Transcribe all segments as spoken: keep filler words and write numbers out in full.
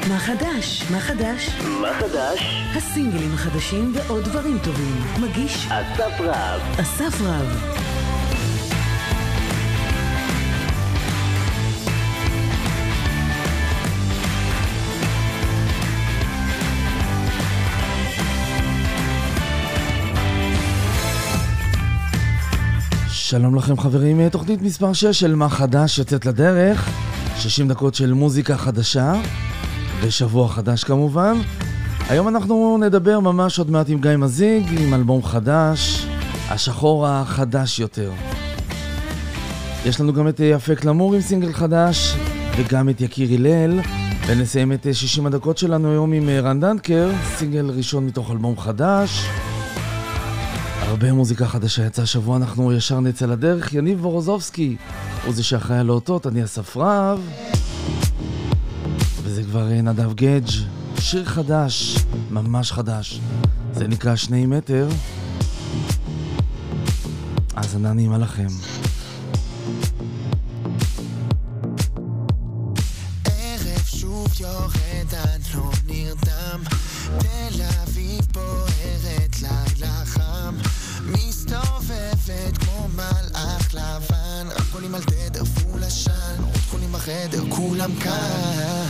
מה חדש? מה חדש? מה חדש? הסינגלים החדשים ועוד דברים טובים. מגיש אסף רב. אסף רב. שלום לכם חברים, תוכנית מספר שש של מה חדש יוצאת לדרך, שישים דקות של מוזיקה חדשה ושבוע חדש כמובן. היום אנחנו נדבר ממש עוד מעט עם גיא מזיג עם אלבום חדש, השחור החדש יותר. יש לנו גם את אפק למור עם סינגל חדש וגם את יקיר הלל, ונסיים את שישים הדקות שלנו היום עם רן דנקר, סינגל ראשון מתוך אלבום חדש. הרבה מוזיקה חדשה יצא שבוע, אנחנו ישר נצא לדרך. יניב וורוזובסקי הוא זה שאחראי על האותות, אני אסף רב, וזה כבר נדב גדג', שיר חדש, ממש חדש, זה נקרא שני מטר. אז אני נעימה לכם. ערב שוב יורד, אני לא נרדם, תל אביב בוערת, לילה חם, מסתובבת כמו מלאך לבן, רמקולים על תדר פול עשן, עוד חולים בחדר, כולם כאן,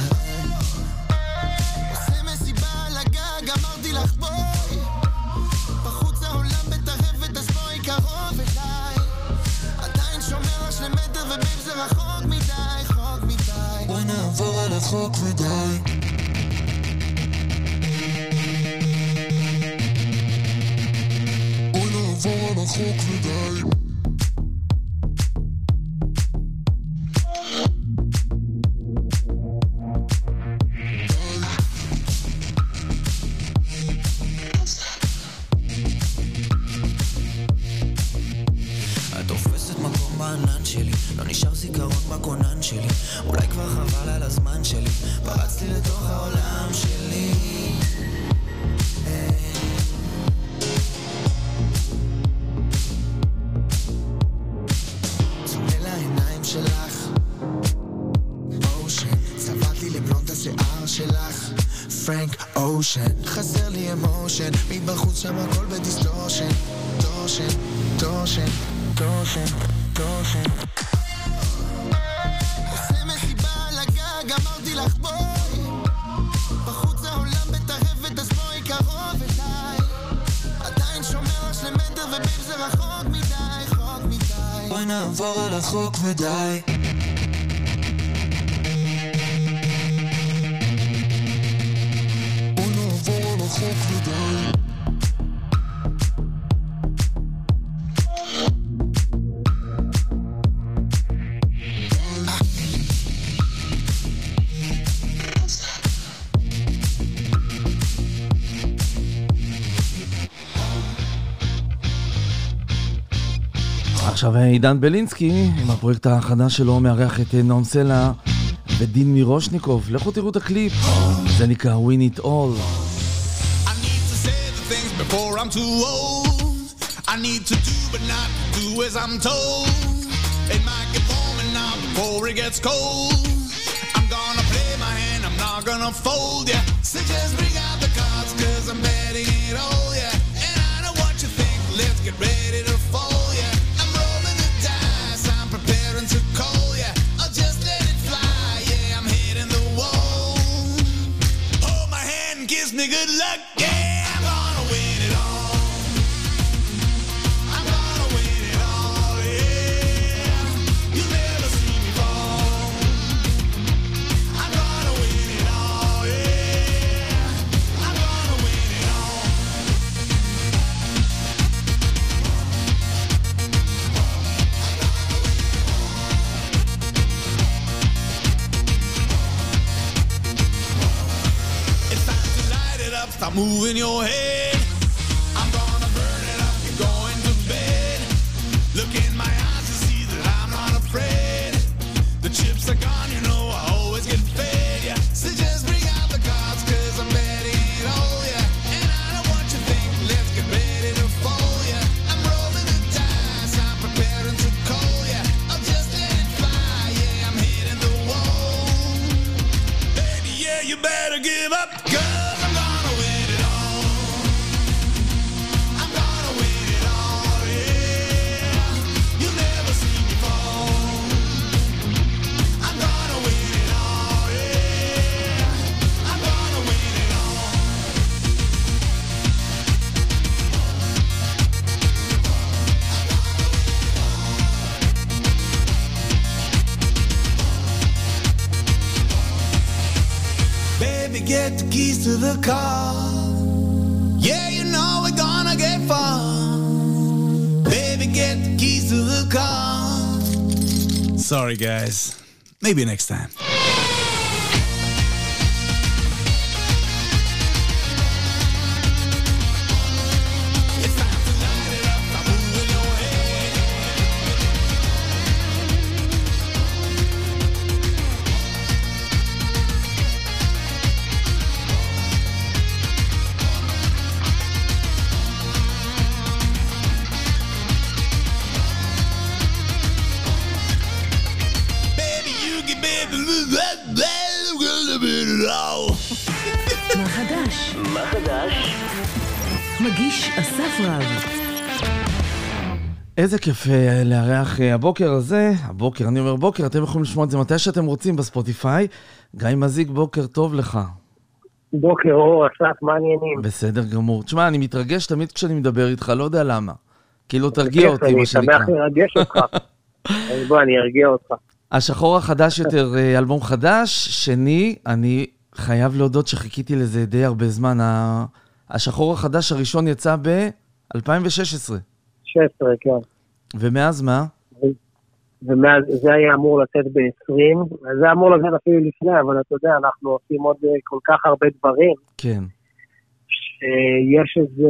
עושה מסיבה על הגג, אמרתי לך בואי, בחוץ העולם בטרפת, אז בואי קרוב אליי, עדיין שומר שני מטר ובים זה רחוק מדי, רחוק מדי, בואי נעבור על החוק ודי. נעבור על החוק ודי. את תופסת מקום בענן שלי, לא נשאר זיכרון בקונן שלי, אולי כבר חבל על הזמן שלי, פרצתי לתוך העולם שלי. פרנק אושן, חסר לי אמושן, מבחוץ שם הכל בדיסטורשן, טורשן, טורשן, טורשן, טורשן, עושה מסיבה על הגג, אמרתי לך בואי, בחוץ העולם בטרפת, אז בואי קרוב אליי, עדיין שומר שני מטר ובים זה רחוק מדי, רחוק מדי, בואי נעבור על החוק ודי. עכשיו עידן בלינסקי עם הפרויקט החדש שלו מארח את נועם סלע ודין מירושניקוב. לכו תראו את הקליפ, זה נקרא Win It All. I need to say the things before I'm too old. I need to do but not do as I'm told. It might get warm now before it gets cold. I'm gonna play my hand, I'm not gonna fold, yeah. So just bring out the cards cause I'm betting it all, yeah. And I know what you think, let's get ready to fall. To call, yeah, I'll just let it fly, yeah, I'm hitting the wall. Hold my hand and kiss me good luck, yeah, I'm gonna win it all. I'm gonna win it all, yeah, you'll never see me fall. I'm gonna win it all, yeah, I'm gonna win it all. Stop moving your head. I'm gonna burn it up. You're going to bed. Look in my eyes to see that I'm not afraid. The chips are gone, you know I always get fed, yeah. So just bring out the cards cause I'm betting it all, yeah. And I know what you think, let's get ready to fall, yeah. I'm rolling the dice, I'm preparing to call, yeah. I'll just let it fly, yeah, I'm hitting the wall. Baby, yeah, you better give up, 'cause I'm gonna win it all. I'm gonna win it all, yeah. You'll never see me fall. I'm gonna win it all, yeah. I'm gonna win it all. Baby, get the keys to the car. Yeah, you know we're gonna get far. Baby, get the keys to the car. Sorry, guys. Maybe next time. It's time to light it up. I'm moving your head. Baby, you can be מה חדש? מה חדש? מגיש אסף רב. איזה כיף אה, לארח אה, הבוקר הזה, הבוקר, אני אומר בוקר, אתם יכולים לשמוע את זה מתי שאתם רוצים בספוטיפיי. גיא מזיק, בוקר טוב לך. בוקר אור, אסף, מה העניינים? בסדר גמור. תשמע, אני מתרגש תמיד כשאני מדבר איתך, לא יודע למה. כאילו תרגיע אותי, מה שנקרא. אני שמח לרגש אותך. אז בוא, אני ארגיע אותך. השחור החדש יותר, אה, אלבום חדש, שני, אני חייב להודות שחיכיתי לזה די הרבה זמן. ה- השחור החדש הראשון יצא ב-אלפיים ושש עשרה. שש עשרה, כן. ומאז מה? ומאז זה היה אמור לצאת ב-עשרים, זה אמור לצאת אפילו לפני, אבל אתה יודע, אנחנו עושים עוד אה, כל כך הרבה דברים, כן. שיש איזה,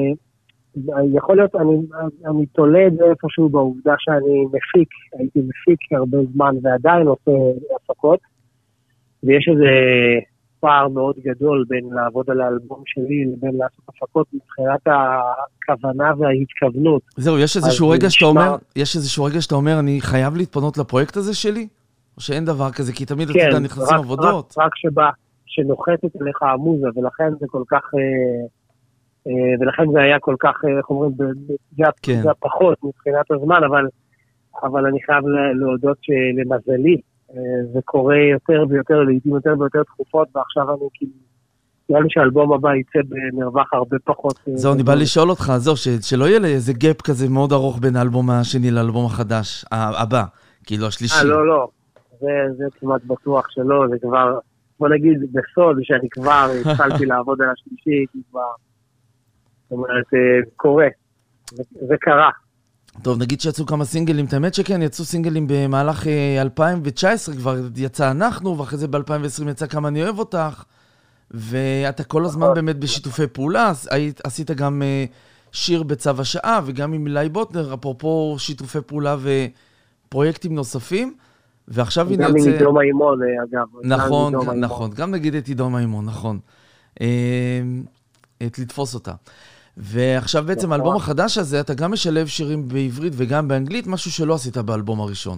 יכול להיות, אני, אני תולה את זה איפשהו בעובדה שאני מפיק, הייתי מפיק הרבה זמן ועדיין עושה הפקות, ויש איזה פער מאוד גדול בין לעבוד על האלבום שלי לבין לעשות הפקות מבחינת הכוונה וההתכוונות. זהו, יש איזשהו אז רגע שאתה נשמע- אומר, יש איזשהו רגע שאתה אומר, אני חייב להתפנות לפרויקט הזה שלי? או שאין דבר כזה, כי תמיד אתה כן, יודע, נכנסים רק, עבודות. רק, רק שבא, שנוחתת אליך המוזה, ולכן זה כל כך, אה, אה, ולכן זה היה כל כך, אה, איך אומרים, ב- ב- זה, כן. זה פחות מבחינת הזמן, אבל, אבל אני חייב ל- להודות שלמזלי, אה, זה קורה יותר ויותר, לעתים יותר ויותר תקופות, ועכשיו אני כאילו, נראה לי שהאלבום הבא יצא במרווח הרבה פחות. אה, זהו, אני בא גדול. לשאול אותך, זהו, ש- שלא יהיה לי איזה גאפ כזה מאוד ארוך בין האלבום השני לאלבום החדש, ה- הבא, כאילו השלישי. אה, לא, לא. זה, זה כמעט בטוח שלא, זה כבר, בוא נגיד, בסוד, שאני כבר התחלתי לעבוד על השלישי, כי כבר, זאת אומרת, אה, קורה. זה, זה קרה. טוב, נגיד שיצאו כמה סינגלים, האמת שכן, יצאו סינגלים במהלך אה, אלפיים תשע עשרה, כבר יצא אנחנו, ואחרי זה ב-אלפיים ועשרים יצא כמה אני אוהב אותך, ואתה כל הזמן באמת בשיתופי פעולה, אז היית, עשית גם אה, שיר בצו השעה, וגם עם אילי בוטנר, אפרופו שיתופי פעולה ופרויקטים נוספים, ועכשיו הנה גם עם יוצא... עידו מימון, אה, אגב. גם נכון, עם עידו מימון. נכון, גם נגיד את עידו מימון, נכון. אה, את לתפוס אותה. ועכשיו בעצם נכון. האלבום החדש הזה, אתה גם משלב שירים בעברית וגם באנגלית, משהו שלא עשית באלבום הראשון.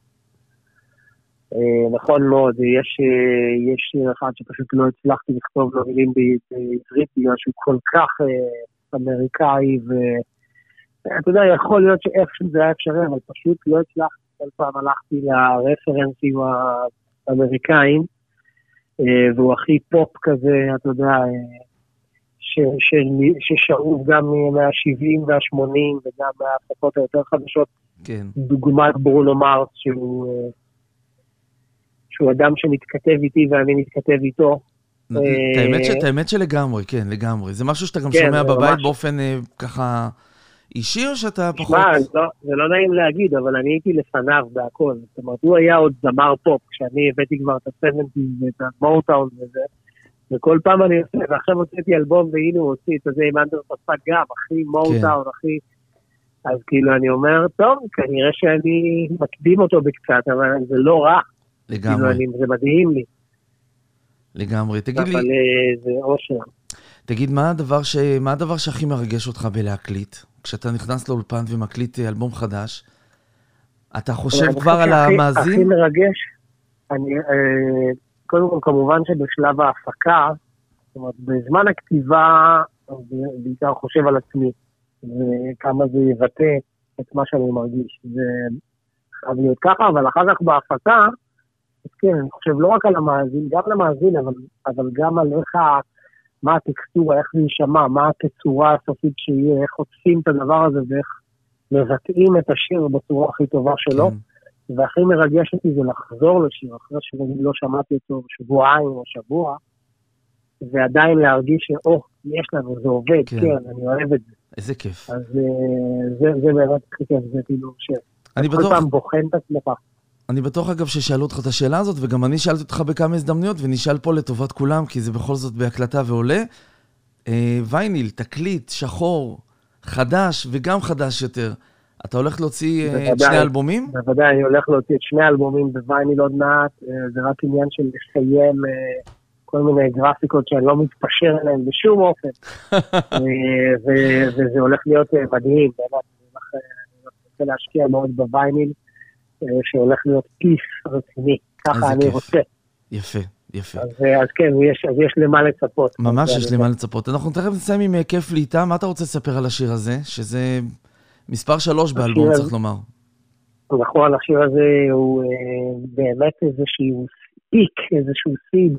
אה, נכון מאוד, יש, אה, יש שיר אחד שפשוט לא הצלחתי לכתוב לו מילים ב- בעברית, בגלל שהוא כל כך אה, אמריקאי, ואתה יודע, יכול להיות שאיכשהו זה היה אפשרי, אבל פשוט לא הצלחתי, כל פעם הלכתי לרפרנסים האמריקאים, אה, והוא הכי פופ כזה, אתה יודע, אה, ש- ש- ששאוב גם מה-שבעים וה-שמונים, וגם מההפקות היותר חדשות, כן. דוגמת ברונו מרס, שהוא... אה, שהוא אדם שמתכתב איתי ואני מתכתב איתו. את האמת ש- את האמת שלגמרי, כן, לגמרי. זה משהו שאתה גם כן, שומע זה בבית ממש- באופן אה, ככה אישי, או שאתה פחות... שמע, לא, זה לא נעים להגיד, אבל אני הייתי לפניו בהכל. זאת אומרת, הוא היה עוד זמר פופ, כשאני הבאתי כבר את ה-שבעים ואת המוטאון וזה, וכל פעם אני עושה, ועכשיו הוצאתי אלבום, והנה הוא הוציא את זה עם אנדרסון פאק גם, הכי מוטאון, הכי... אז כאילו אני אומר, טוב, כנראה שאני מקדים אותו בקצת, אבל זה לא רע. כאילו לגמרי, אני, זה מדהים לי, לגמרי. תגיד לי, אבל אה, זה אושר. תגיד, מה הדבר ש- מה הדבר שהכי מרגש אותך בלהקליט? כשאתה נכנס לאולפן ומקליט אה, אלבום חדש, אתה חושב אני כבר חושב על שהכי- המאזין? הכי מרגש, אני, אה, קודם כל, כמובן שבשלב ההפקה, זאת אומרת, בזמן הכתיבה, אני בעיקר חושב על עצמי, וכמה זה יבטא את מה שאני מרגיש. זה חייב להיות ככה, אבל אחר כך בהפקה, אז כן, אני חושב לא רק על המאזין, גם על המאזין, אבל, אבל גם על איך ה... מה הטקסטורה, איך זה יישמע, מה התצורה הסופית שיהיה, איך עושים את הדבר הזה, ואיך מבטאים את השיר בצורה הכי טובה שלו. כן. והכי מרגש אותי זה לחזור לשיר, אחרי שנגיד לא שמעתי אותו שבועיים או שבוע, ועדיין להרגיש שאו, יש לנו, זה עובד, כן, כן אני אוהב את זה. איזה כיף. אז זה, זה באמת הכי כיף, זה כאילו ש... אני כל בטוח... פעם בוחן את עצמך. אני בטוח אגב ששאלו אותך את השאלה הזאת, וגם אני שאלתי אותך בכמה הזדמנויות, ונשאל פה לטובת כולם, כי זה בכל זאת בהקלטה ועולה. אה, וייניל, תקליט, שחור, חדש וגם חדש יותר. אתה הולך להוציא אה, את שני אלבומים? בוודאי, אני הולך להוציא את שני אלבומים בווייניל עוד מעט. אה, זה רק עניין של לסיים אה, כל מיני גרפיקות שאני לא מתפשר עליהן בשום אופן. אה, ו- וזה הולך להיות אה, מדהים. באמת, אני רוצה להשקיע מאוד בווייניל. שהולך להיות פיס רציני, ככה אני רוצה. יפה, יפה. אז, אז כן, יש, אז יש למה לצפות. ממש יש למה לצפות. אנחנו תכף נסיים עם כיף לי איתה. מה אתה רוצה לספר על השיר הזה? שזה מספר שלוש באלבום, צריך לומר. נכון, השיר הזה הוא באמת איזשהו פיק, איזשהו סי,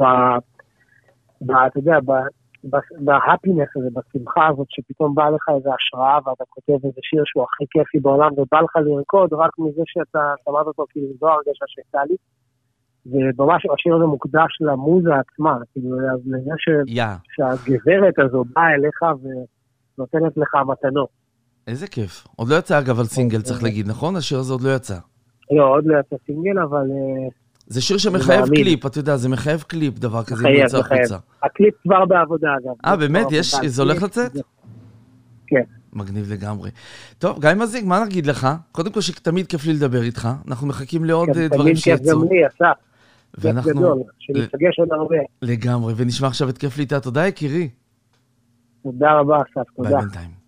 אתה יודע, בהפינס הזה, בשמחה הזאת, שפתאום בא לך איזו השראה, ואתה כותב איזה שיר שהוא הכי כיפי בעולם, ובא לך לרקוד רק מזה שאתה שמעת אותו, כאילו זו הרגשה שהייתה לי, וממש השיר הזה מוקדש למוזה עצמה, כאילו לזה ש... yeah. שהגברת הזו באה אליך ונותנת לך מתנות. איזה כיף. עוד לא יצא אגב על סינגל, צריך להגיד, נכון? השיר הזה עוד לא יצא. לא, עוד לא יצא סינגל, אבל... זה שיר שמחייב קליפ, אתה יודע, זה מחייב קליפ, דבר כזה. מחייב, מחייב. הקליפ כבר בעבודה, אגב. אה, באמת? יש, זה הולך לצאת? כן. מגניב לגמרי. טוב, גיא מזיג, מה נגיד לך? קודם כל שתמיד כיף לי לדבר איתך, אנחנו מחכים לעוד דברים שיצאו. תמיד כיף גם לי, אסף. כיף גדול, שנפגש עוד הרבה. לגמרי, ונשמע עכשיו את כיף לי איתה. תודה, יקירי. תודה רבה, אסף, תודה. ביי בינתיים.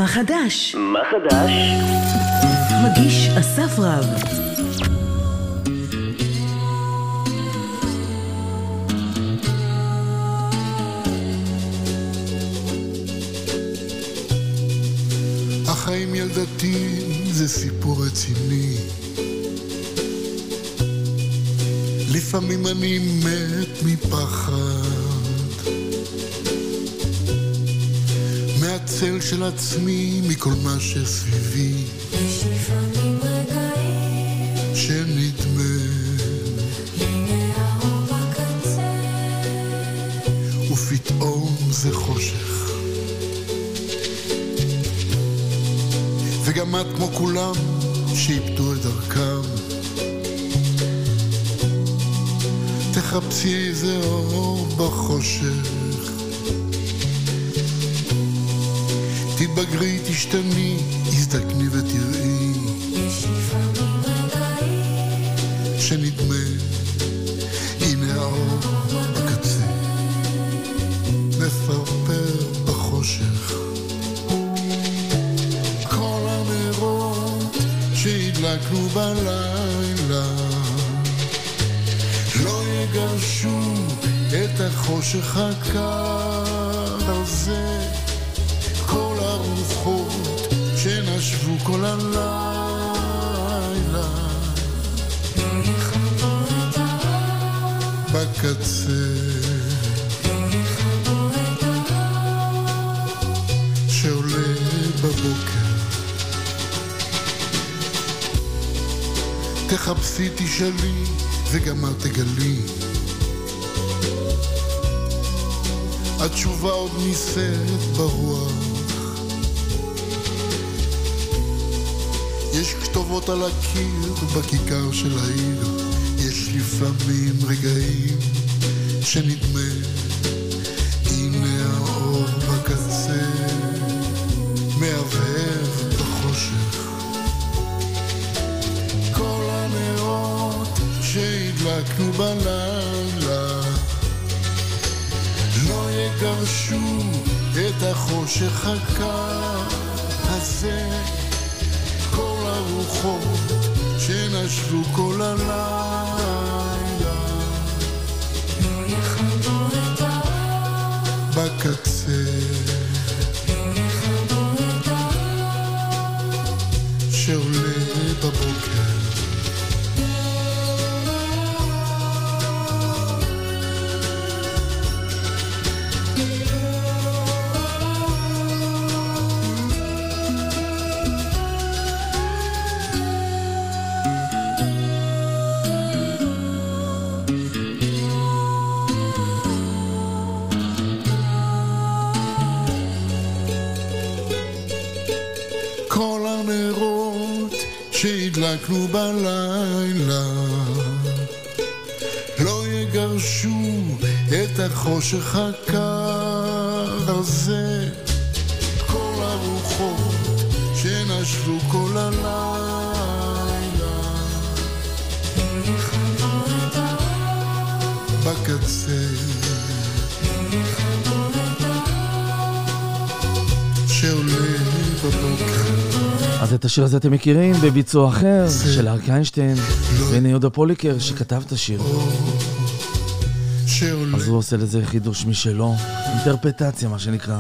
מה חדש? מה חדש? מגיש אסף רב. החיים ילדתי זה סיפור רציני, לפעמים אני מת מפחד, מהצל של עצמי, מכל מה שסביבי. יש לפעמים רגעים שנדמה הנה האור בקצה, ופתאום זה חושך, וגם את כמו כולם שאיבדו את דרכם, תחפשי איזה אור בחושך, תתבגרי, תשתני, הזדקני ותראי. יש לפעמים רגעים שנדמה הנה האור בקצה, מפרפר בחושך, כל הנרות שהדלקנו בלילה לא יגרשו את החושך הקר הזה, כל הרוחות שנשבו כל הלילה לא יכבו את האור בקצה, לא יכבו את האור שעולה בבוקר. תחפשי, תשאלי, וגם את תגלי, התשובה עוד ניסית ברוח. יש כתובות על הקיר בכיכר של העיר, יש לפעמים רגעים שנדמה הנה האור בקצה, מהבהב בחושך, כל הנרות שהדלקנו בלילה לא יגרשו את החושך הקר הזה, כל הרוחות שנשבו כל הלילה לא יכבו את האור בקצה, לא יכבו את האור שעולה בבוקר. כל הנרות שהדלקנו בלילה לא יגרשו את החושך הקר הזה, כל הרוחות שנשבו כל הלילה לא יכבו את האור בקצה, לא יכבו את האור שעולה בבוקר. אז את השיר הזה אתם מכירים בביצוע אחר של אריק איינשטיין והנה יהודה פוליקר שכתב את השיר, שעולה אז הוא עושה לזה חידוש משלו, אינטרפטציה מה שנקרא.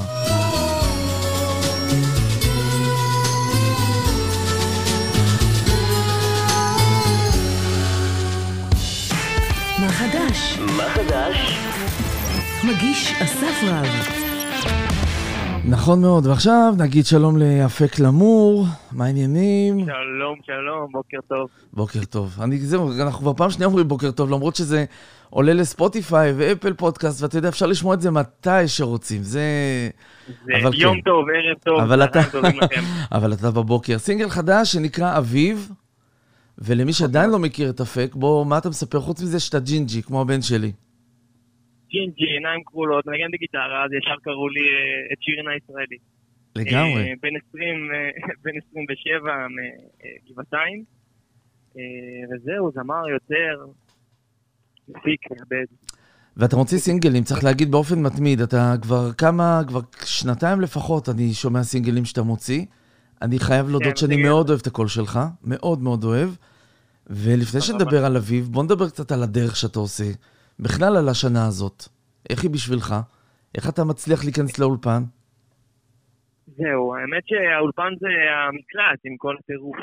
מה חדש? מה חדש? מגיש אסף רב. נכון מאוד, ועכשיו נגיד שלום לאפק למור, מה העניינים? שלום, שלום, בוקר טוב. בוקר טוב. אני, זהו, אנחנו כבר פעם שנייה אומרים בוקר טוב, למרות שזה עולה לספוטיפיי ואפל פודקאסט, ואתה יודע, אפשר לשמוע את זה מתי שרוצים, זה... זה אבל יום כן. טוב, ערב טוב, אבל אתה... צהריים טובים לכם. אבל אתה בבוקר. סינגל חדש שנקרא אביב, ולמי שעדיין לא מכיר את אפק, בוא, מה אתה מספר? חוץ מזה שאתה ג'ינג'י, כמו הבן שלי. ג'ינג'י, עיניים כחולות, נגן בגיטרה, אז ישר קראו לי אה, את שירנה ישראלי. לגמרי. אה, בן עשרים, אה, בן עשרים ושבע מגבעתיים, אה, וזהו, זמר, יוצר, מפיק, מעבד. ואתה מוציא סינגלים, צריך להגיד באופן מתמיד, אתה כבר כמה, כבר שנתיים לפחות, אני שומע סינגלים שאתה מוציא. אני חייב להודות שאני מאוד אוהב את הקול שלך, מאוד מאוד אוהב. ולפני שנדבר על אביב, בוא נדבר קצת על הדרך שאתה עושה, בכלל על השנה הזאת. איך היא בשבילך? איך אתה מצליח להיכנס לאולפן? זהו, האמת שהאולפן זה המקלט עם כל הטירוף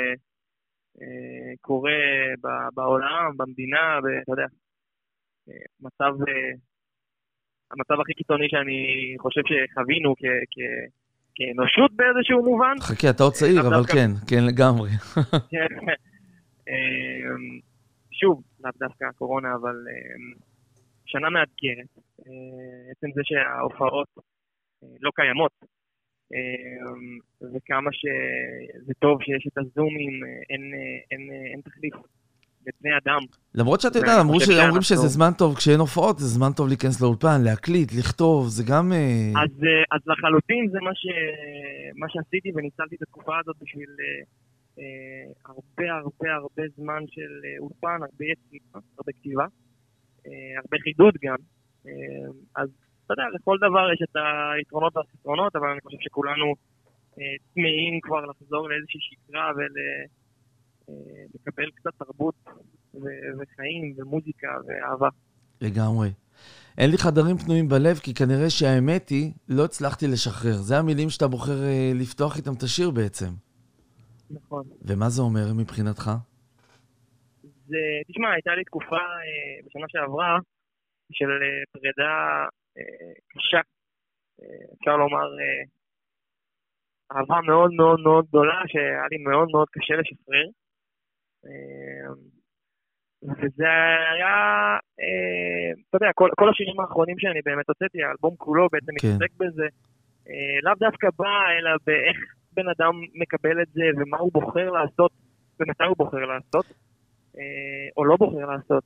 שקורה בעולם, במדינה, ואתה יודע, מצב, המצב הכי קיצוני שאני חושב שחווינו כאנושות באיזשהו מובן. חכה, אתה עוד צעיר, אבל כן, כן לגמרי. שוב, לאו דווקא הקורונה, אבל שנה מאתגרת. עצם זה שההופעות לא קיימות, וכמה שזה טוב שיש את הזומים, אין תחליף לבני אדם. למרות שאתה יודע, אומרים שזה זמן טוב, כשאין הופעות, זה זמן טוב להיכנס לאולפן, להקליט, לכתוב, זה גם... אז לחלוטין זה מה שעשיתי, וניצלתי את התקופה הזאת בשביל הרבה הרבה הרבה זמן של אולפן, הרבה יצירה, הרבה כתיבה, הרבה חידוד גם. אז אתה יודע, לכל דבר יש את היתרונות והחסרונות, אבל אני חושב שכולנו צמאים כבר לחזור לאיזושהי שגרה ולקבל קצת תרבות וחיים ומוזיקה ואהבה. לגמרי. אין לי חדרים פנויים בלב, כי כנראה שהאמת היא, לא הצלחתי לשחרר. זה המילים שאתה בוחר לפתוח איתם את השיר בעצם. נכון. ומה זה אומר מבחינתך? זה, תשמע, הייתה לי תקופה בשנה שעברה של פרידה קשה, אפשר לומר, אהבה מאוד מאוד מאוד גדולה, שהיה לי מאוד מאוד קשה לשחרר. וזה היה, אתה יודע, כל, כל השירים האחרונים שאני באמת הוצאתי, האלבום כולו בעצם מתעסק בזה, לאו דווקא בא, אלא באיך בן אדם מקבל את זה, ומה הוא בוחר לעשות, ומתי הוא בוחר לעשות, או לא בוחר לעשות.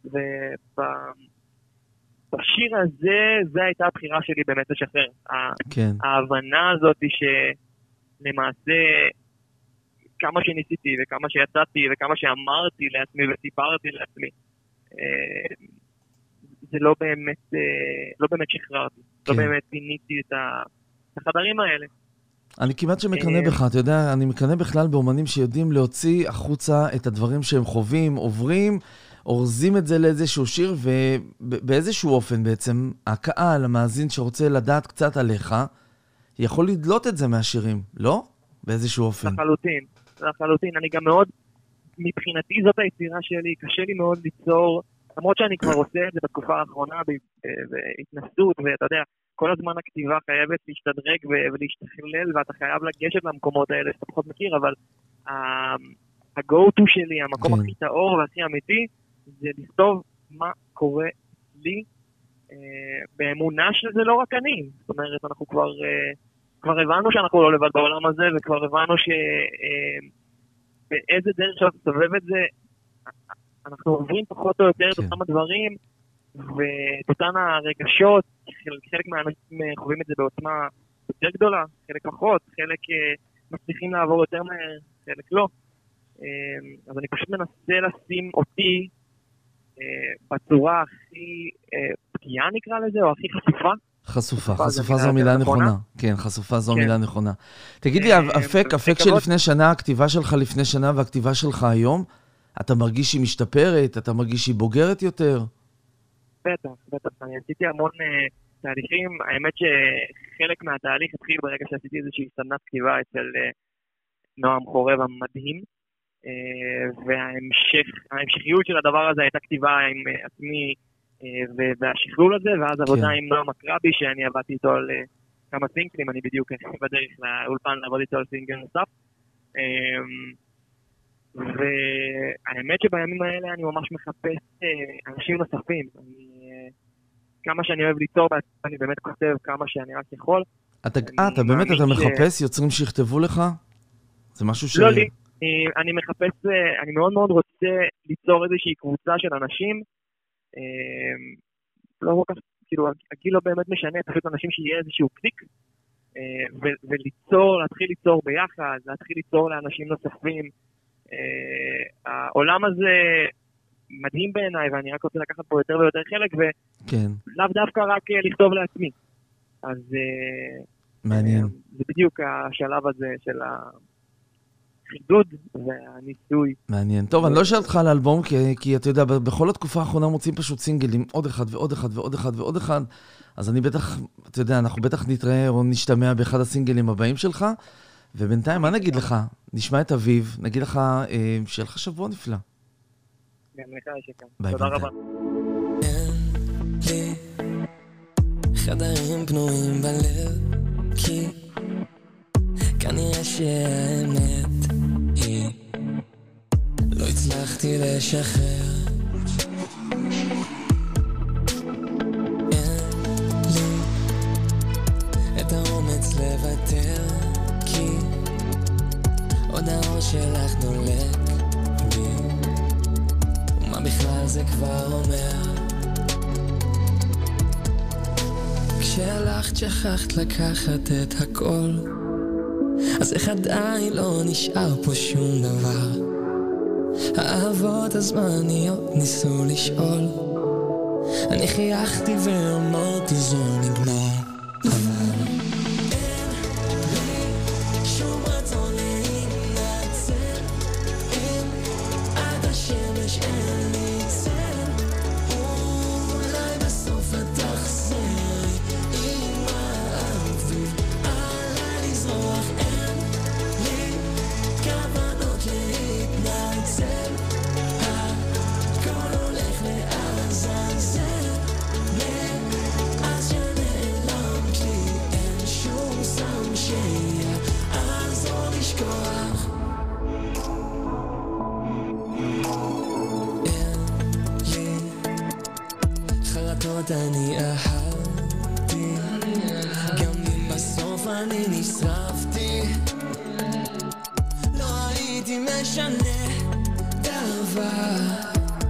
ובשיר הזה, זו הייתה הבחירה שלי באמת לשחרר. כן. ההבנה הזאת היא שלמעשה, כמה שניסיתי, וכמה שיצאתי, וכמה שאמרתי לעצמי, וסיפרתי לעצמי, זה לא באמת, לא באמת שחררתי. כן. לא באמת פיניתי את החדרים האלה. אני כמעט שמקנה בך, אתה יודע, אני מקנה בכלל באומנים שיודעים להוציא החוצה את הדברים שהם חווים, עוברים, אורזים את זה לאיזשהו שיר, ובאיזשהו אופן בעצם, הקהל, המאזין שרוצה לדעת קצת עליך, יכול לדלות את זה מהשירים, לא? באיזשהו אופן. לחלוטין, לחלוטין. אני גם מאוד, מבחינתי זאת היצירה שלי, קשה לי מאוד ליצור, למרות שאני כבר עושה את זה בתקופה האחרונה, בהתנסות, ואתה יודע, כל הזמן הכתיבה חייבת להשתדרג ולהשתכלל, ואתה חייב לגשת למקומות האלה שאתה פחות מכיר, אבל ה-go-to שלי, המקום הכי טהור והכי אמיתי, זה לכתוב מה קורה לי, באמונה שזה לא רק אני. זאת אומרת, אנחנו כבר, כבר הבנו שאנחנו לא לבד בעולם הזה, וכבר הבנו שבאיזה דרך שאתה תסובב את זה, אנחנו עוברים פחות או יותר את אותם הדברים, ואת אותן הרגשות, חלק מהאנשים חווים את זה בעוצמה יותר גדולה, חלק פחות, חלק מצליחים לעבור יותר מהר, חלק לא. אז אני פשוט מנסה לשים אותי בצורה הכי פגיעה נקרא לזה, או הכי חשופה. חשופה, חשופה זו מילה נכונה. כן, חשופה זו מילה נכונה. תגיד לי, אפק, אפק שלפני שנה, הכתיבה שלך לפני שנה והכתיבה שלך היום, אתה מרגיש שהיא משתפרת? אתה מרגיש שהיא בוגרת יותר? בטח, בטח. אני עשיתי המון תהליכים. האמת שחלק מהתהליך התחיל ברגע שעשיתי איזושהי סדנת כתיבה אצל נועם חורב המדהים, וההמשכיות של הדבר הזה הייתה כתיבה עם עצמי והשכלול הזה, ואז עבודה עם נועם אקרבי, שאני עבדתי איתו על כמה סינגלים, אני בדיוק בדרך לאולפן לעבוד איתו על סינגל נוסף. והאמת שבימים האלה אני ממש מחפש אנשים נוספים. אני, כמה שאני אוהב ליצור, אני באמת כותב כמה שאני רק יכול. אתה, אה, אתה באמת, אתה מחפש יוצרים שיכתבו לך? זה משהו ש... לא לי. אני מחפש, אני מאוד מאוד רוצה ליצור איזושהי קבוצה של אנשים, לא כל כך, כאילו, הגיל לא באמת משנה, פשוט אנשים שיהיה איזשהו קליק, וליצור, להתחיל ליצור ביחד, להתחיל ליצור לאנשים נוספים. העולם הזה מדהים בעיניי, ואני רק רוצה לקחת פה יותר ויותר חלק, כן. ולאו דווקא רק לכתוב לעצמי. אז אה, מעניין. אה, זה בדיוק השלב הזה של החידוד והניסוי. מעניין. טוב, אני לא אשאל אותך על האלבום, כי, כי אתה יודע, בכל התקופה האחרונה מוצאים פשוט סינגלים, עוד אחד ועוד אחד ועוד אחד ועוד אחד, אז אני בטח, אתה יודע, אנחנו בטח נתראה או נשתמע באחד הסינגלים הבאים שלך, ובינתיים, מה נגיד לך? נשמע את אביב, נגיד לך, אה, שיהיה לך שבוע נפלא. גם לך שכן. ביי, תודה ביי. רבה. לי חדרים פנויים בלב, כי כנראה שהאמת היא לא הצלחתי לשחרר. אין לי את האומץ לוותר, כי עוד האור שלך דולק בי, ומה בכלל זה כבר אומר? כשהלכת שכחת לקחת את הכל, אז איך עדיין לא נשאר פה שום דבר? האהבות הזמניות ניסו לשאול, אני חייכתי ואמרתי זו נגמר, אבל אין לי שום רצון להינצל, אם עד השמש אין לי צל, אולי בסוף את תחזרי עם האביב עליי לזרוח. אין לי כוונות להתנצל, הכל הולך לעזאזל, מאז שנעלמת לי אין שום סם שיעזור לשכוח. אין לי חרטות, אני אהבתי, גם אם בסוף אני נשרפתי, לא הייתי משנה דבר.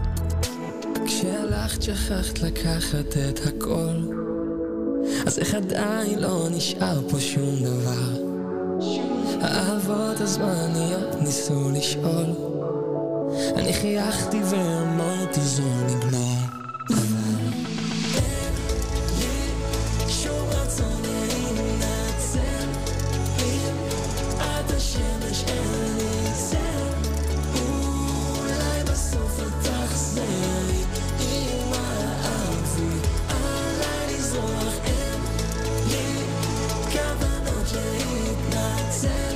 כשהלכת שכחת לקחת את הכל, אז איך עדיין לא נשאר פה שום דבר? האהבות הזמניות ניסו לשאול, אני חייכתי ואמרתי זו נגמר, אבל אין לי שום רצון להינצל, אם עד השמש אין לי צל, אולי בסוף את תחזרי עם האביב עליי לזרוח. אין לי כוונות להתנצל,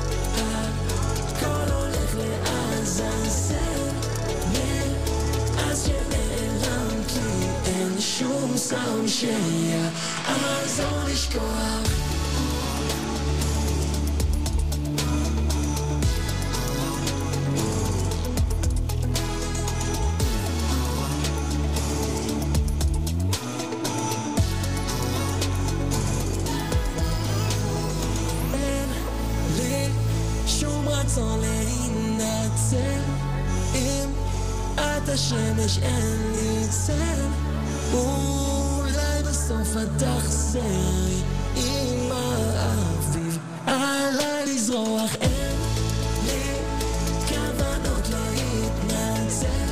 הכל הולך לעזאזל, מאז שנעלמת לי אין שום סם שיעזור לשכוח. אין לי שום רצון להינצל, אם עד השמש אין לי צל, אולי בסוף את תחזרי עם האביב עליי לזרוח. אין לי כוונות להתנצל,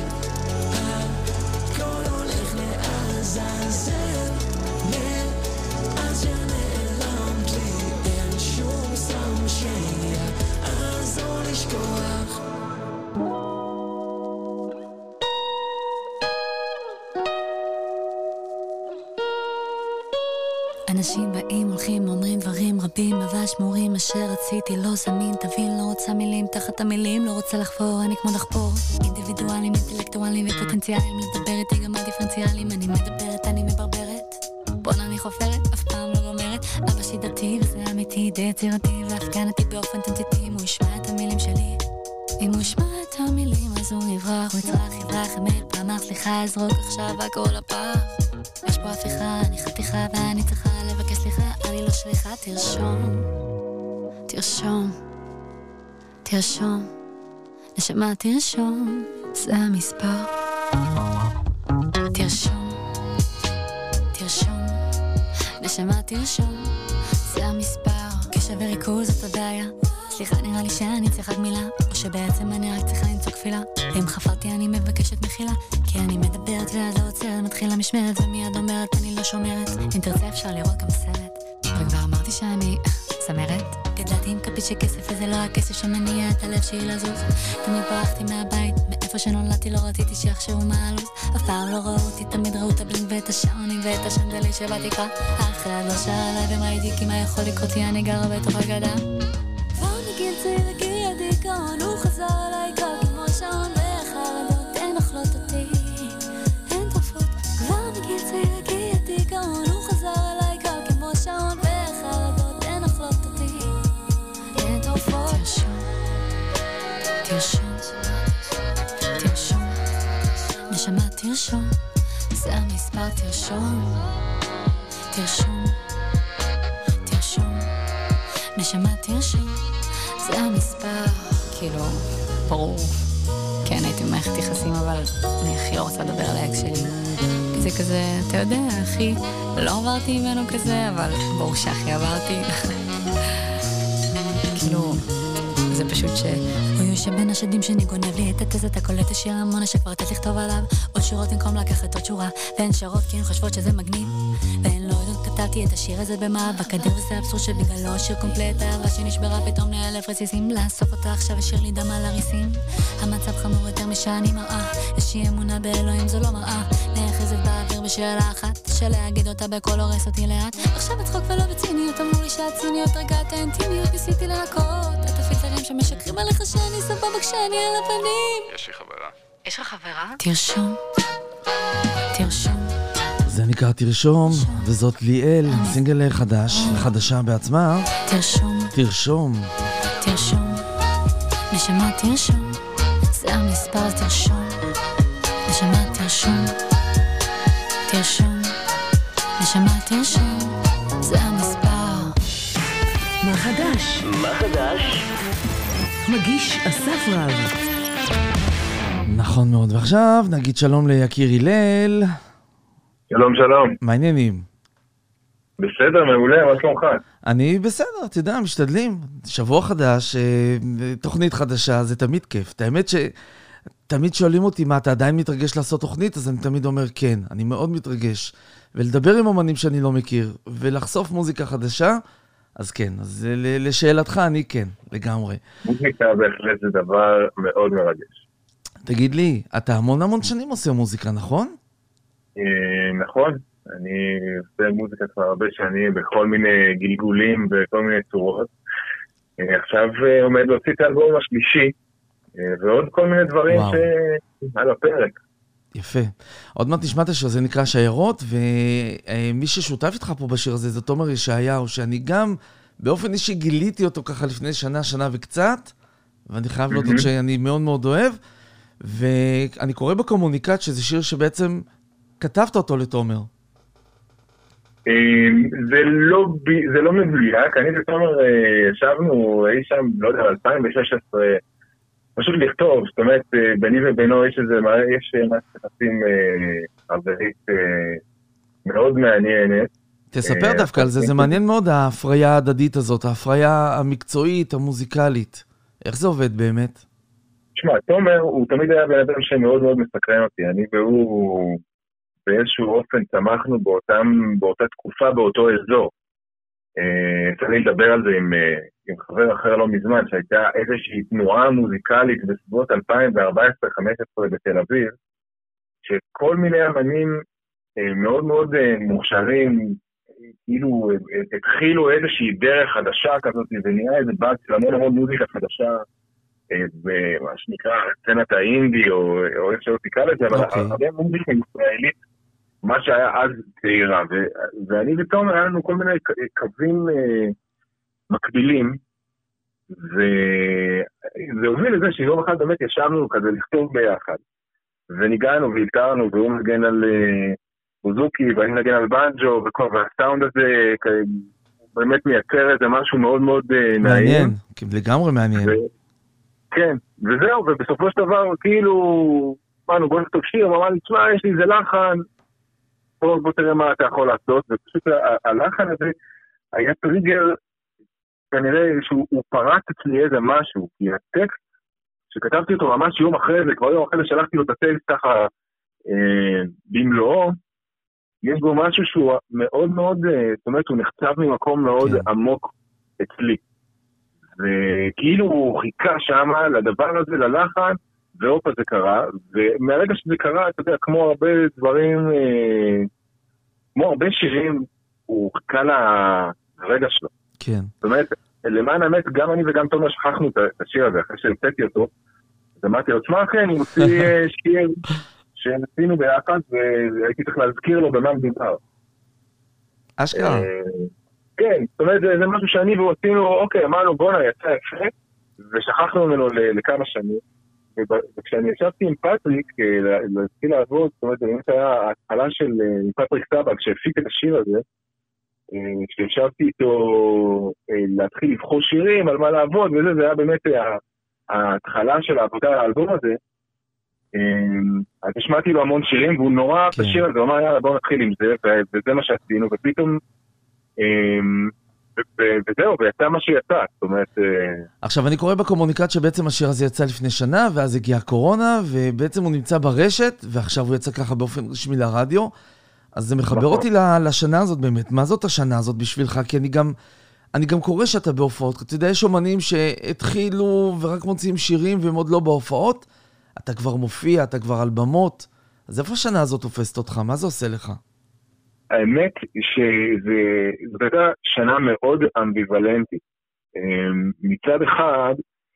הכל הולך לעזאזל, מאז שנעלמת לי אין שום סם שיעזור לשכוח. אנשים באים, הולכים, אומרים דברים רבים, אבל שמורים, אשר רציתי לא זמין, תבין, לא רוצה מילים, תחת המילים, לא רוצה לחפור, אני כמו דחפור, אינדיבידואלים, אינטלקטואלים ופוטנציאלים, לדבר איתי גם על דיפרנציאלים, אני מדברת, אני מברברת, בונה אני חופרת, אף פעם לא גומרת, אבא שידתי וזה אמיתי, די יצירתי, והפגנתי באופן תמציתי, אם הוא ישמע את המילים שלי, אם הוא ישמע את המילים, אז הוא יברח, הוא יצרח, יברח, אמת, פעמך, סליחה, אזרוק עכשיו הכל הפח, יש פה הפיכה, אני חתיכה ואני צריכה לבקש סליחה, אני לא שליחה, תרשום, תרשום, תרשום, נשמה תרשום, זה המספר, תרשום, תרשום, נשמה תרשום, זה המספר, קשב וריכוז זאת הבעיה, סליחה נראה לי שאני צריך עד מילה, או או שבעצם אני רק צריכה למצוא כפילה. ואם חפרתי אני מבקשת מחילה, כי אני מדברת ואז העוצרת מתחילה משמרת ומיד אומרת אני לא שומרת. אם תרצה אפשר לראות גם סרט, וכבר אמרתי שאני זמרת. גדלתי עם כפית של כסף וזה לא הכסף שמניע את הלב שלי לזוז. תמיד ברחתי מהבית, מאיפה שנולדתי לא רציתי שיחשבו מה הלו"ז. אף פעם לא ראו אותי, תמיד ראו את הבלינק ואת השעונים ואת השנדלי שבתקרה. אף אחד לא שאל עליי ומה הייתי, כי מה יכול לקרות לי, אני גרה בתוך הגדה. כבר מגיל צעיר הגיע דיכאון, הוא חזר אליי קר כמו שעון, וחרדות הן אוכלות אותי, הן טרפות. כבר מגיל צעיר הגיע דיכאון, הוא חזר אליי קר כמו שעון, וחרדות הן אוכלות אותי, הן טרפות. תרשום, תרשום, תרשום, נשמה תרשום, זה המספר תרשום, תרשום, תרשום, נשמה תרשום, זה המספר. כאילו, ברור, כן הייתי במערכת יחסים, אבל אני הכי לא רוצה לדבר על האקס שלי, כי זה כזה, אתה יודע, אחי, לא עברתי ממנו כזה, אבל ברור שאחי עברתי. כאילו, זה פשוט ש... הוא יושב בין השדים שאני גונב לי את התזת, הקולט השיר המונה שכבר לתת לכתוב עליו עוד שורות במקום לקחת עוד שורה, והן שרות כי הן חושבות שזה מגניב, והן לא יודעות כתבתי את השיר הזה במאבק אדיר, וזה אבסורד שבגללו השיר קומפלט, אהבה שנשברה פתאום לאלף רסיסים, לאסוף אותה עכשיו השיר לי דם על הריסים. המצב חמור יותר משאני מראה, יש לי אמונה באלוהים זו לא מראה, נאחזת באוויר בשאלה אחת שלהגיד אותה בקול הורס אותי לאט. עכשיו בצחוק ולא בציניות, אמרו לי שהציניות רגע את האינטימיות, ניסיתי לנקות את הפילטרים שמשקרים עליך שאני סבבה כשאני על הפנים. יש לי חברה. יש לך חברה? תרשום, תרשום. זה נקרא תרשום, וזאת ליאל, סינגל חדש, חדשה בעצמה. תרשום, תרשום, תרשום, נשמה תרשום, זה המספר תרשום, נשמה תרשום, תרשום, נשמה תרשום, זה המספר. מה חדש? מה חדש? מגיש אסף רב. נכון מאוד, ועכשיו נגיד שלום ליקיר הלל. שלום שלום. מה העניינים? בסדר, מעולה, מה שלומך? אני בסדר, אתה יודע, משתדלים. שבוע חדש, תוכנית חדשה, זה תמיד כיף. האמת שתמיד שואלים אותי מה, אתה עדיין מתרגש לעשות תוכנית? אז אני תמיד אומר כן, אני מאוד מתרגש. ולדבר עם אומנים שאני לא מכיר, ולחשוף מוזיקה חדשה, אז כן, אז לשאלתך אני כן, לגמרי. מוזיקה בהחלט זה דבר מאוד מרגש. תגיד לי, אתה המון המון שנים עושה מוזיקה, נכון? נכון, אני עושה מוזיקה כבר הרבה שנים בכל מיני גלגולים וכל מיני צורות. עכשיו עומד להוציא את האלבום השלישי, ועוד כל מיני דברים שעל הפרק. יפה. עוד מעט נשמעת שזה נקרא שיירות, ומי ששותף איתך פה בשיר הזה זה תומר ישעיהו, שאני גם באופן אישי גיליתי אותו ככה לפני שנה, שנה וקצת, ואני חייב להודות שאני מאוד מאוד אוהב, ואני קורא בקומוניקט שזה שיר שבעצם כתבת אותו לתומר. זה לא, זה לא מדויק, אני ותומר ישבנו אי שם, לא יודע, אלפיים ושש עשרה, פשוט לכתוב, זאת אומרת, ביני ובינו יש איזה, יש מערכת יחסים חברית מאוד מעניינת. תספר דווקא על זה, זה מעניין מאוד ההפריה ההדדית הזאת, ההפריה המקצועית, המוזיקלית. איך זה עובד באמת? תשמע, תומר הוא תמיד היה בן אדם שמאוד מאוד מסקרן אותי, אני והוא באיזשהו אופן צמחנו באותם, באותה תקופה, באותו אזור. צריך לדבר על זה עם, עם חבר אחר לא מזמן, שהייתה איזושהי תנועה מוזיקלית בסביבות אלפיים וארבע עשרה חמש עשרה בתל אביב, שכל מיני אמנים מאוד מאוד מוכשרים, כאילו התחילו איזושהי דרך חדשה כזאת, ונראה איזה בת של המון המון מוזיקה חדשה, במה שנקרא סצנת האינדי, או, או איך שלא תקרא לזה, אבל הרבה מוזיקה ישראלית, מה שהיה אז צעירה, ו- ואני ותומר היה לנו כל מיני קווים uh, מקבילים, וזה הוביל לזה שיום אחד באמת ישבנו כזה לכתוב ביחד, וניגענו והלתרנו, והוא מנגן על uh, בוזוקי, ואני מנגן על בנג'ו, וכל, והסאונד הזה באמת מייצר איזה משהו מאוד מאוד uh, מעניין, לגמרי מעניין. ו- כן, וזהו, ובסופו של דבר, כאילו, אמרנו, בוא נכתוב שיר, הוא אמר לי, תשמע, יש לי איזה לחן, בוא, בוא תראה מה אתה יכול לעשות, ופשוט הלחן הזה היה טריגר, כנראה שהוא פרט אצלי איזה משהו, כי הטקסט שכתבתי אותו ממש יום אחרי זה, כבר יום אחרי זה שלחתי לו את הטקסט ככה אה, במלואו, יש בו משהו שהוא מאוד מאוד, אה, זאת אומרת, הוא נחצב ממקום מאוד כן. עמוק אצלי. וכאילו הוא חיכה שם לדבר הזה, ללחן, ואופה זה קרה, ומהרגע שזה קרה, אתה יודע, כמו הרבה דברים, אה, כמו הרבה שירים, הוא חיכה לרגע שלו. כן. זאת אומרת, למען האמת, גם אני וגם תומר שכחנו את השיר הזה, אחרי שהמצאתי אותו, אז אמרתי לו, תשמע אחי, אני מוציא שיר שעשינו ביחד, והייתי צריך להזכיר לו במה מדובר. אשכרה. כן, זאת אומרת, זה משהו שאני והוא עשינו, אוקיי, אמרנו, בוא'נה, יצא יפה, ושכחנו ממנו לכמה שנים, וכשאני ישבתי עם פטריק, להתחיל לעבוד, זאת אומרת, באמת היה ההתחלה של פטריק סבג, שהפיק את השיר הזה, כשישבתי איתו להתחיל לבחור שירים, על מה לעבוד, וזה, זה היה באמת ההתחלה של העבודה על האלבום הזה. אז השמעתי לו המון שירים, והוא נורא אהב את השיר הזה, הוא אמר, יאללה, בואו נתחיל עם זה, וזה מה שעשינו, ופתאום, וזהו, ויצא מה שיצא, זאת אומרת... עכשיו, אני קורא בקומוניקט שבעצם השיר הזה יצא לפני שנה, ואז הגיעה הקורונה, ובעצם הוא נמצא ברשת, ועכשיו הוא יצא ככה באופן רשמי לרדיו, אז זה מחבר אותי לשנה הזאת באמת. מה זאת השנה הזאת בשבילך? כי אני גם, אני גם קורא שאתה בהופעות. אתה יודע, יש אומנים שהתחילו ורק מוציאים שירים והם עוד לא בהופעות. אתה כבר מופיע, אתה כבר על במות. אז איפה השנה הזאת תופסת אותך? מה זה עושה לך? האמת שזאת הייתה שנה מאוד אמביוולנטית. מצד אחד,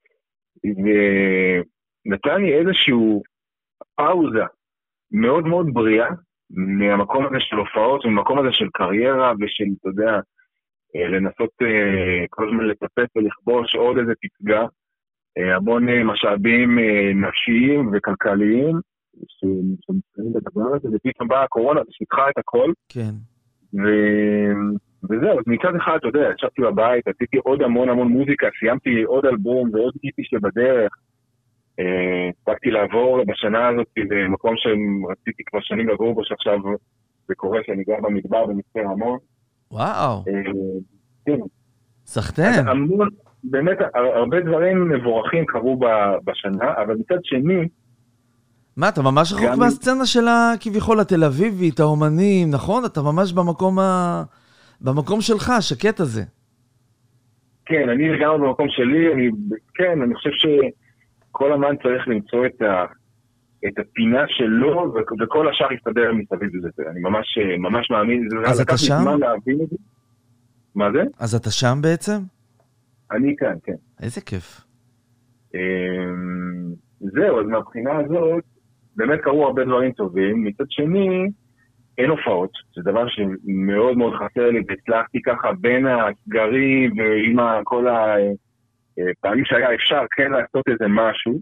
זה נתן לי איזשהו פאוזה מאוד מאוד בריאה, מהמקום הזה של הופעות, מהמקום הזה של קריירה ושל, אתה יודע, לנסות כל הזמן לטפס ולכבוש עוד איזה פסגה, המון משאבים נפשיים וכלכליים, שמתחילים בדבר הזה, ופתאום באה הקורונה ושטחה את הכל. כן. וזהו, אז מצד אחד, אתה יודע, ישבתי בבית, עשיתי עוד המון המון מוזיקה, סיימתי עוד אלבום ועוד גיטי שבדרך, הספקתי לעבור בשנה הזאת במקום שרציתי כבר שנים לגור בו, שעכשיו זה קורה שאני גר במדבר במצפה רמון. וואו. כן. סחטן. באמת, הרבה דברים מבורכים קרו בשנה, אבל מצד שני... מה, אתה ממש רחוק מהסצנה של כביכול התל אביבית, האומנים, נכון? אתה ממש במקום ה... במקום שלך, השקט הזה. כן, אני לגמרי במקום שלי, אני... כן, אני חושב ש... כל אמן צריך למצוא את, ה, את הפינה שלו, וכל השאר יסתדר מסביב לזה. אני ממש, ממש מאמין. אז אתה שם? מה זה? אז אתה שם בעצם? אני כאן, כן. איזה כיף. זהו, אז מהבחינה הזאת, באמת קרו הרבה דברים טובים. מצד שני, אין הופעות. זה דבר שמאוד מאוד חסר לי, והצלחתי ככה בין הסגרים, ועם כל ה... פעמים שהיה אפשר כן לעשות איזה משהו,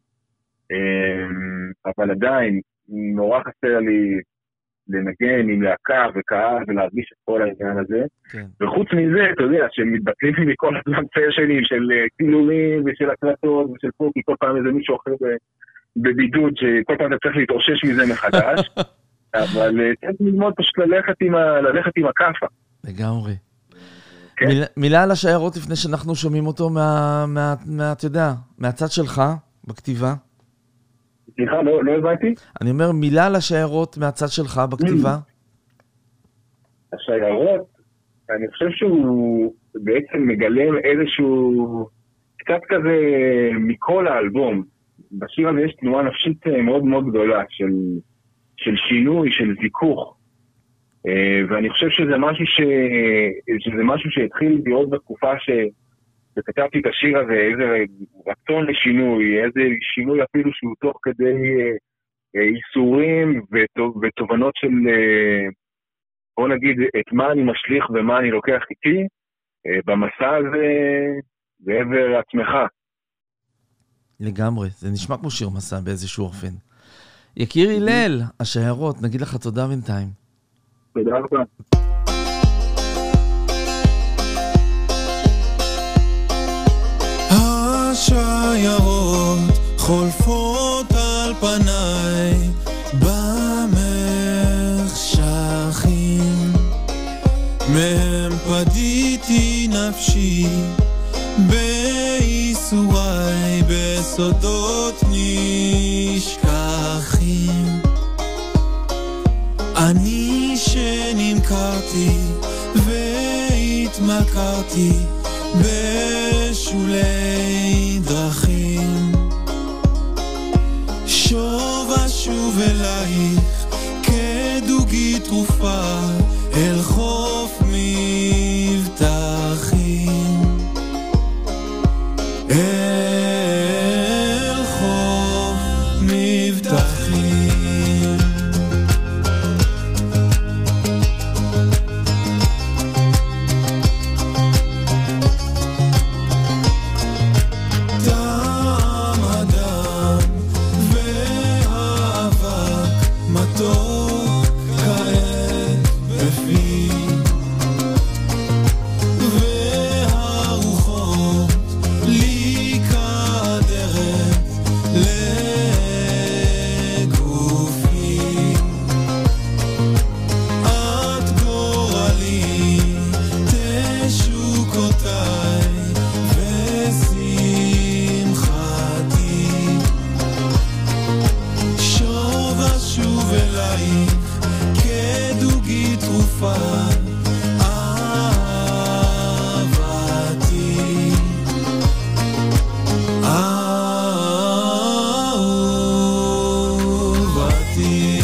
אבל עדיין נורא חסר לי לנגן עם להקה וקהל ולהרגיש את כל העניין הזה. כן. וחוץ מזה, אתה יודע, שמתבטלים לי מכל הזמן שנים של צילומים ושל הקלטות ושל פה, כי כל פעם איזה מישהו אחר בבידוד, שכל פעם אתה צריך להתאושש מזה מחדש, אבל צריך ללמוד פשוט ללכת עם, ה... ללכת עם הקפה. לגמרי. כן. מילה, מילה על השיירות לפני שאנחנו שומעים אותו מה, מה, מה, אתה יודע, מהצד שלך בכתיבה. סליחה, לא, לא הבנתי? אני אומר מילה על השיירות מהצד שלך בכתיבה. השיירות, אני חושב שהוא בעצם מגלם איזשהו, קצת כזה מכל האלבום. בשיר הזה יש תנועה נפשית מאוד מאוד גדולה של, של שינוי, של זיכוך. ואני חושב שזה משהו ש... שזה משהו שהתחיל להיות בתקופה ש... שכתבתי את השיר הזה, איזה רצון לשינוי, איזה שינוי אפילו שהוא תוך כדי איסורים ותובנות של, בוא נגיד, את מה אני משליך ומה אני לוקח איתי, במסע הזה בעבר עצמך. לגמרי, זה נשמע כמו שיר מסע באיזשהו אופן. יקיר הלל, השיירות, נגיד לך תודה בינתיים. תודה רבה. השיירות חולפות על פניי במחשכים, מהם פדיתי נפשי בייסוריי בס סודות נשכחים. אני שנמכרתי והתמכרתי בשולי דרכים, שוב אשוב אלייך כדוגי תרופה אל חוף מבטחים, אל חוף מבטחים. דם הדם והאבק מתוק כעת בפי, והרוחות לי כדרת לגופי. את גורלי תשוקותיי ושמחתי, שוב אשוב אלייך כדוגי תרופה אהבתי, אהובתי.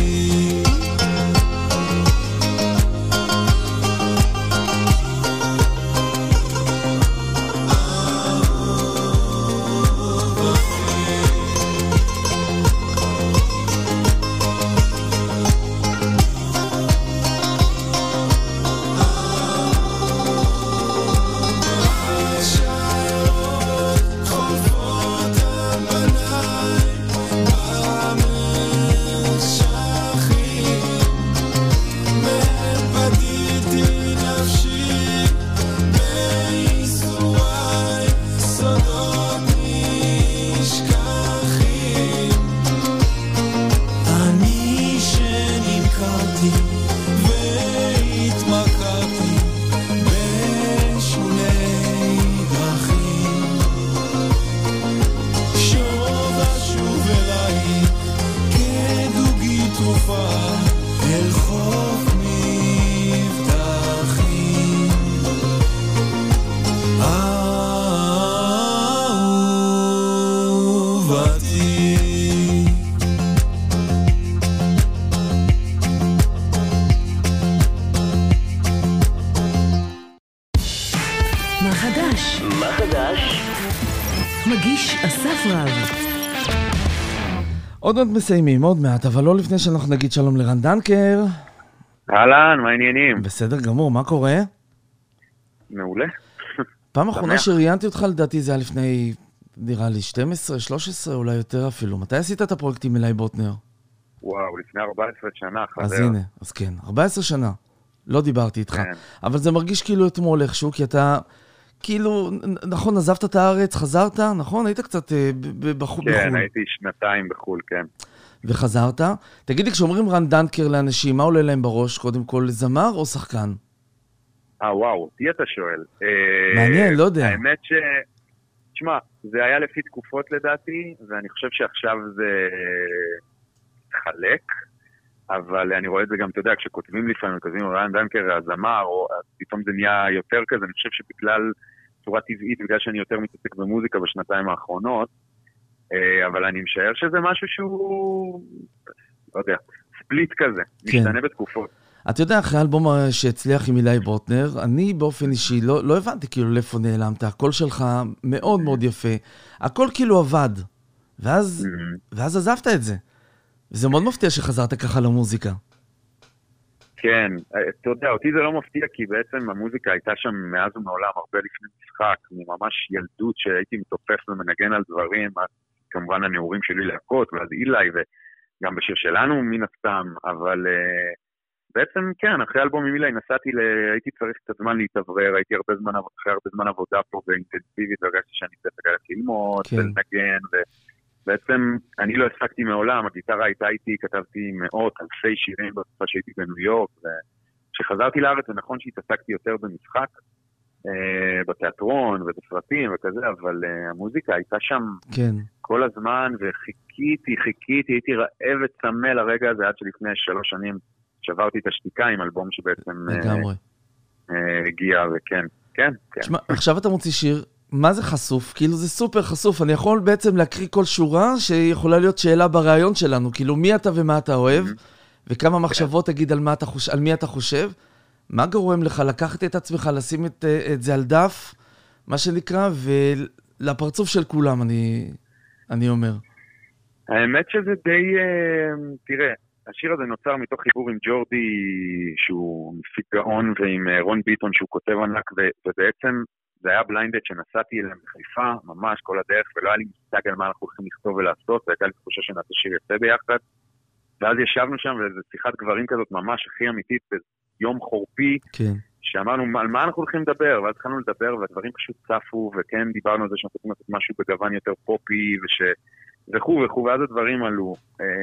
חולפות על פניי במחשכים, מהם פדיתי נפשי בייסוריי, סודות נשכחים. אני שנמכרתי והתמכרתי בשולי דרכים, שוב אשוב אלייך כדוגי תרופה אל חוף מבטחים, אהובתי. מה חדש? מה חדש? מגיש אסף רב. עוד מעט מסיימים, עוד מעט, אבל לא לפני שאנחנו נגיד שלום לרן דנקר. אהלן, מה העניינים? בסדר גמור, מה קורה? מעולה. פעם אחרונה שמח. שראיינתי אותך לדעתי זה היה לפני, נראה לי, שתים עשרה, שלוש עשרה, אולי יותר אפילו. מתי עשית את הפרויקט עם אלי בוטנר? וואו, לפני ארבע עשרה שנה, חבר. אז הנה, אז כן, ארבע עשרה שנה. לא דיברתי איתך. כן. אבל זה מרגיש כאילו אתמול איכשהו, כי אתה, כאילו, נ- נכון, עזבת את הארץ, חזרת, נכון? היית קצת אה, ב- ב- בחו"ל. כן, בחו"ל. הייתי שנתיים בחו"ל, כן. וחזרת. תגידי, כשאומרים רן דנקר לאנשים, מה עולה להם בראש? קודם כל, זמר או שחקן? אה, וואו, אותי אתה שואל. אה, מעניין, לא יודע. האמת ש... תשמע, זה היה לפי תקופות לדעתי, ואני חושב שעכשיו זה חלק, אבל אני רואה את זה גם, אתה יודע, כשכותבים לפעמים, כותבים רן דנקר הזמר, או פתאום זה נהיה יותר כזה, אני חושב שבגלל צורה טבעית, בגלל שאני יותר מתעסק במוזיקה בשנתיים האחרונות, אה, אבל אני משער שזה משהו שהוא, לא יודע, ספליט כזה, כן. משתנה בתקופות. אתה יודע, אחרי האלבום שהצליח עם אילי בוטנר, אני באופן אישי לא, לא הבנתי כאילו לאיפה נעלמת, הקול שלך מאוד מאוד יפה, הכל כאילו עבד, ואז, ואז עזבת את זה. וזה מאוד מפתיע שחזרת ככה למוזיקה. כן, אתה יודע, אותי זה לא מפתיע, כי בעצם המוזיקה הייתה שם מאז ומעולם, הרבה לפני משחק, ממש ילדות שהייתי מתופף ומנגן על דברים, כמובן הנעורים שלי להקות, ואז אילי, וגם בשיר שלנו מן הסתם, אבל uh, בעצם כן, אחרי אלבום עם אילי נסעתי, ל... הייתי צריך קצת זמן להתאוורר, הייתי הרבה זמן, אחרי הרבה זמן עבודה פה באינטנסיבית, והרגשתי שאני צריך ללמוד, כן. ולנגן, ובעצם אני לא הפסקתי מעולם, הגיטרה הייתה איתי, כתבתי מאות, אלפי שירים בתקופה שהייתי בניו יורק, וכשחזרתי לארץ זה נכון שהתעסקתי יותר במשחק, בתיאטרון ובסרטים וכזה, אבל המוזיקה הייתה שם כן. כל הזמן, וחיכיתי, חיכיתי, הייתי רעב וצמא לרגע הזה, עד שלפני שלוש שנים שברתי את השתיקה עם אלבום שבעצם לגמרי. אה, אה, הגיע, וכן, כן, כן. תשמע, עכשיו אתה מוציא שיר, מה זה חשוף? כאילו זה סופר חשוף, אני יכול בעצם להקריא כל שורה שיכולה להיות שאלה ברעיון שלנו, כאילו מי אתה ומה אתה אוהב, וכמה מחשבות תגיד על, מה אתה חוש... על מי אתה חושב, מה גורם לך לקחת את עצמך, לשים את, את זה על דף, מה שנקרא, ולפרצוף של כולם, אני, אני אומר. האמת שזה די, תראה, השיר הזה נוצר מתוך חיבור עם ג'ורדי, שהוא מפיק גאון, ועם רון ביטון שהוא כותב ענק, ובעצם זה היה בליינדד שנסעתי אליהם בחיפה, ממש כל הדרך, ולא היה לי מושג על מה אנחנו הולכים לכתוב ולעשות, והייתה לי תחושה שנעשה שיר יפה ביחד, ואז ישבנו שם, וזו שיחת גברים כזאת ממש הכי אמיתית, ביום חורפי, כן. שאמרנו על מה אנחנו הולכים לדבר, ואז התחלנו לדבר, והדברים פשוט צפו, וכן דיברנו על זה שאנחנו הולכים לעשות משהו בגוון יותר פופי, וש... וכו' וכו', ואז הדברים עלו.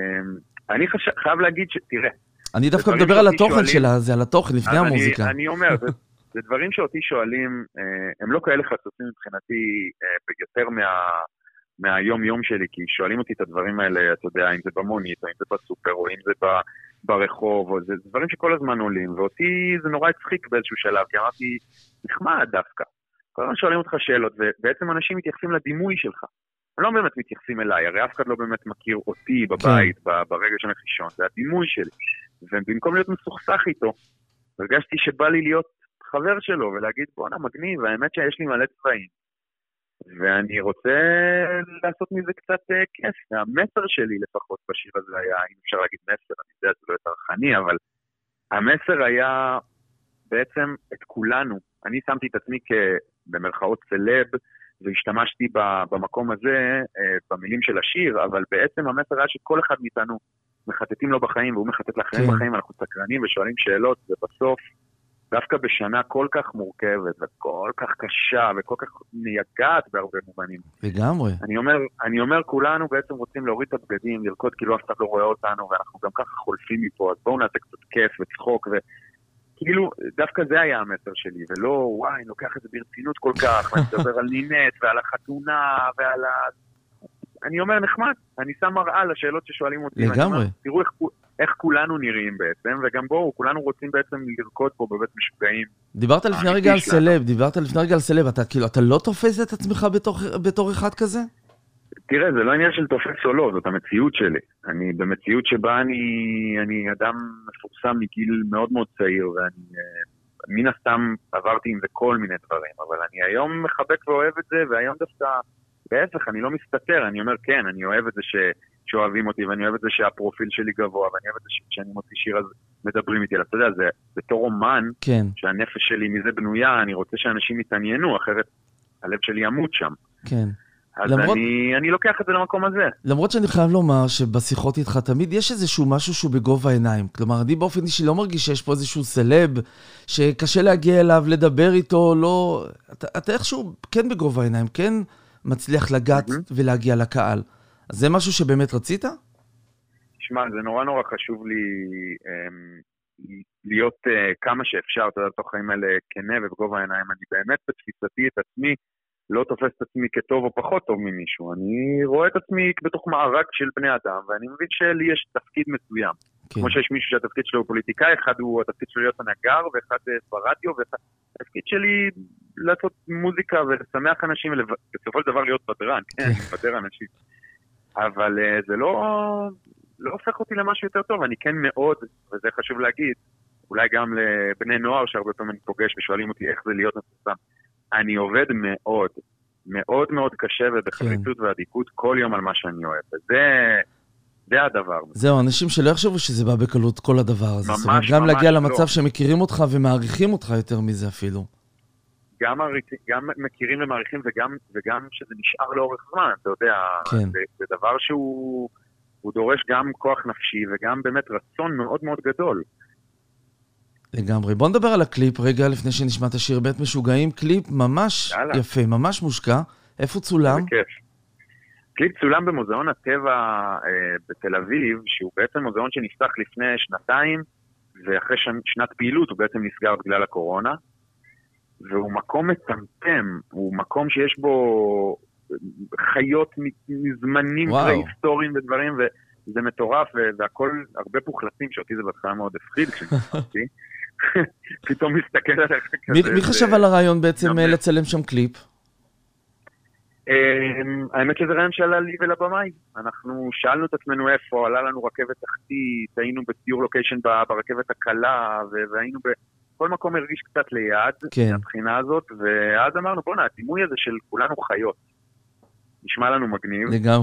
אני חש... חייב להגיד ש... תראה. אני דווקא מדבר על התוכן שואלים... שלה, זה על התוכן, לפני המוזיקה. אני, אני אומר, זה, זה דברים שאותי שואלים, הם לא כאלה חצוצים מבחינתי יותר מה, מהיום יום שלי, כי שואלים אותי את הדברים האלה, אתה יודע, אם זה במונית, או אם זה בסופר, או אם זה ב, ברחוב, או זה דברים שכל הזמן עולים, ואותי זה נורא הצחיק באיזשהו שלב, כי אמרתי, נחמד דווקא. כל הזמן שואלים אותך שאלות, ובעצם אנשים מתייחסים לדימוי שלך. הם לא באמת מתייחסים אליי, הרי אף אחד לא באמת מכיר אותי בבית, כן. ברגע שאני חישון, זה הדימוי שלי. ובמקום להיות מסוכסך איתו, הרגשתי שבא לי להיות חבר שלו, ולהגיד, בוא'נה, מגניב, האמת שיש לי מלא צבעים. ואני רוצה לעשות מזה קצת כיף. המסר שלי לפחות בשיר הזה היה, אם אפשר להגיד מסר, אני יודע, זה לא יותר חני, אבל המסר היה בעצם את כולנו. אני שמתי את עצמי במרכאות סלב, והשתמשתי במקום הזה, במילים של השיר, אבל בעצם המסר היה שכל אחד מאיתנו מחטטים לו בחיים, והוא מחטט לאחרים כן. בחיים, אנחנו סקרנים ושואלים שאלות, ובסוף, דווקא בשנה כל כך מורכבת, וכל כך קשה, וכל כך מייגעת בהרבה מובנים. לגמרי. אני אומר, אני אומר, כולנו בעצם רוצים להוריד את הבגדים, לרקוד כאילו אף אחד לא רואה אותנו, ואנחנו גם ככה חולפים מפה, אז בואו נעשה קצת כיף וצחוק, ו... כאילו, דווקא זה היה המסר שלי, ולא, וואי, אני לוקח את זה ברצינות כל כך, ואני מדבר על נינט, ועל החתונה, ועל ה... אני אומר, נחמד, אני שם מראה לשאלות ששואלים אותי. לגמרי. אומר, תראו איך, איך כולנו נראים בעצם, וגם בואו, כולנו רוצים בעצם לרקוד פה בבית משוגעים. דיברת לפני רגע על סלב, דיברת לפני רגע על סלב, אתה כאילו, אתה לא תופס את עצמך בתור, בתור אחד כזה? תראה, זה לא עניין של תופס או לא, זאת המציאות שלי. אני במציאות שבה אני, אני אדם מפורסם מגיל מאוד מאוד צעיר, ואני מן הסתם עברתי עם זה כל מיני דברים, אבל אני היום מחבק ואוהב את זה, והיום דווקא, בהפך, אני לא מסתתר, אני אומר כן, אני אוהב את זה ש... שאוהבים אותי, ואני אוהב את זה שהפרופיל שלי גבוה, ואני אוהב את זה שכשאני מוציא שיר אז מדברים איתי, אתה יודע, זה בתור אומן, כן. שהנפש שלי מזה בנויה, אני רוצה שאנשים יתעניינו, אחרת הלב שלי ימות שם. כן. אז למרות... אני, אני לוקח את זה למקום הזה. למרות שאני חייב לומר שבשיחות איתך תמיד יש איזשהו משהו שהוא בגובה העיניים. כלומר, אני באופן אישי לא מרגיש שיש פה איזשהו סלב, שקשה להגיע אליו, לדבר איתו, לא... אתה, אתה איכשהו כן בגובה העיניים, כן מצליח לגעת mm-hmm. ולהגיע לקהל. אז זה משהו שבאמת רצית? תשמע, זה נורא נורא חשוב לי אמ, להיות uh, כמה שאפשר, אתה יודע, בתוך חיים האלה כנה ובגובה העיניים. אני באמת בתפיסתי את עצמי, לא תופס את עצמי כטוב או פחות טוב ממישהו. אני רואה את עצמי בתוך מארג של בני אדם, ואני מבין שלי יש תפקיד מסוים. כן. כמו שיש מישהו שהתפקיד שלו הוא פוליטיקאי, אחד הוא התפקיד שלו להיות הנגר, ואחד ברדיו, והתפקיד שלי לעשות מוזיקה ולשמח אנשים, ובסופו של דבר להיות בדרן, כן, בדר אנשים. אבל uh, זה לא, לא הופך אותי למשהו יותר טוב, אני כן מאוד, וזה חשוב להגיד, אולי גם לבני נוער שהרבה פעמים אני פוגש ושואלים אותי איך זה להיות מפורסם. אני עובד מאוד, מאוד מאוד קשה ובחריצות כן. ועדיקות כל יום על מה שאני אוהב. וזה זה הדבר. זהו, אנשים שלא יחשבו שזה בא בקלות כל הדבר הזה. ממש, זאת אומרת, גם להגיע לא. למצב שמכירים אותך ומעריכים אותך יותר מזה אפילו. גם, גם מכירים ומעריכים וגם, וגם שזה נשאר לאורך זמן, אתה יודע. כן. זה, זה דבר שהוא הוא דורש גם כוח נפשי וגם באמת רצון מאוד מאוד גדול. לגמרי. בוא נדבר על הקליפ רגע לפני שנשמע את השיר בית משוגעים. קליפ ממש יאללה. יפה, ממש מושקע. איפה צולם? זה כיף. קליפ צולם במוזיאון הטבע אה, בתל אביב, שהוא בעצם מוזיאון שנפתח לפני שנתיים, ואחרי ש... שנת פעילות הוא בעצם נסגר בגלל הקורונה, והוא מקום מצמצם, הוא מקום שיש בו חיות מזמנים היסטוריים ודברים, וזה מטורף, והכל הרבה פוחלצים, שאותי זה בהתחלה מאוד הפחיד כשנכנסתי. פתאום מסתכל עליך כזה. מי חשב על הרעיון בעצם לצלם שם קליפ? האמת שזה רעיון שעלה לי ולבמאי. אנחנו שאלנו את עצמנו איפה, עלה לנו רכבת תחתית, היינו בסיור לוקיישן ברכבת הקלה, והיינו בכל מקום הרגיש קצת ליד, מהבחינה הזאת, ואז אמרנו, בוא נה, הדימוי הזה של כולנו חיות. נשמע לנו מגניב. לגמרי.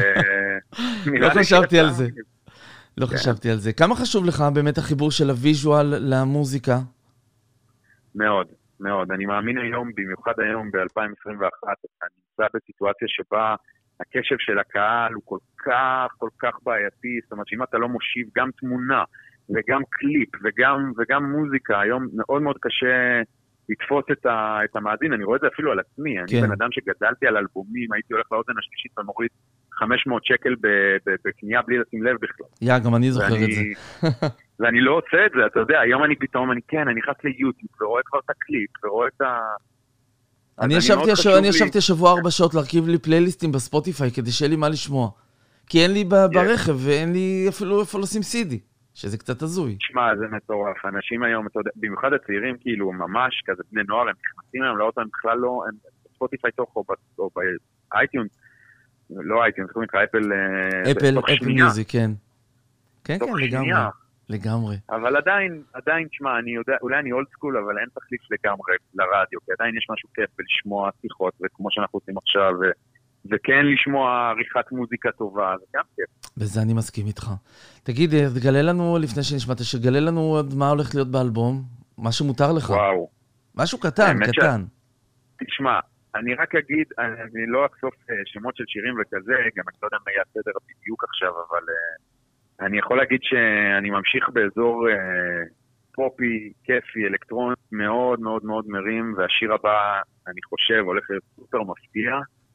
לא חשבתי על זה. לא חשבתי על זה. כמה חשוב לך באמת החיבור של הוויז'ואל למוזיקה? מאוד. מאוד. אני מאמין היום, במיוחד היום ב-אלפיים עשרים ואחת, אני נמצא בסיטואציה שבה הקשב של הקהל הוא כל כך, כל כך בעייתי, זאת אומרת שאם אתה לא מושיב גם תמונה וגם קליפ וגם, וגם מוזיקה, היום מאוד מאוד קשה לתפוס את, ה, את המאזין, אני רואה את זה אפילו על עצמי, כן. אני בן אדם שגדלתי על אלבומים, הייתי הולך לאוזן השלישית ומוריד חמש מאות שקל בקנייה בלי לשים לב בכלל. יא, גם אני זוכר ואני... את זה. ואני לא עושה את זה, אתה יודע, היום אני פתאום, אני כן, אני נכנס ליוטיוב ורואה כבר את הקליפ, ורואה את ה... אני ישבתי השבוע, אני ישבתי השבוע ארבע שעות להרכיב לי פלייליסטים בספוטיפיי, כדי שיהיה לי מה לשמוע. כי אין לי ברכב, ואין לי אפילו איפה לשים סידי, שזה קצת הזוי. תשמע, זה מטורף, אנשים היום, אתה יודע, במיוחד הצעירים, כאילו, ממש, כזה בני נוער, הם נכנסים להם לאוטו, הם בכלל לא, הם בספוטיפיי תוך, או באייטיונס, לא אייטיונס, קוראים לך אפל... אפל, אפל מיוזיק, כן. כן, כן, לגמרי. לגמרי. אבל עדיין, עדיין, תשמע, אני יודע, אולי אני אולד סקול, אבל אין תחליף לגמרי לרדיו, כי עדיין יש משהו כיף בלשמוע שיחות, וכמו שאנחנו עושים עכשיו, ו... וכן לשמוע עריכת מוזיקה טובה, זה גם כיף. בזה אני מסכים איתך. תגיד, תגלה לנו, לפני שנשמעת, שגלה לנו עוד מה הולך להיות באלבום, מה שמותר לך. וואו. משהו קטן, קטן. ש... תשמע, אני רק אגיד, אני לא אחשוף שמות של שירים וכזה, גם אני לא יודע מה יהיה הסדר בדיוק עכשיו, אבל... אני יכול להגיד שאני ממשיך באזור אה, פופי, כיפי, אלקטרוני, מאוד מאוד מאוד מרים, והשיר הבא, אני חושב, הולך להיות סופר מפתיע,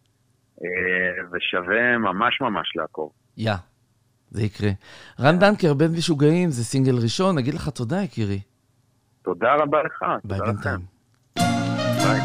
אה, ושווה ממש ממש לעקוב. יא, yeah, זה יקרה. רן דנקר, בן משוגעים, זה סינגל ראשון, נגיד לך תודה, יקירי. תודה רבה לך. ביי בינתיים. ביי.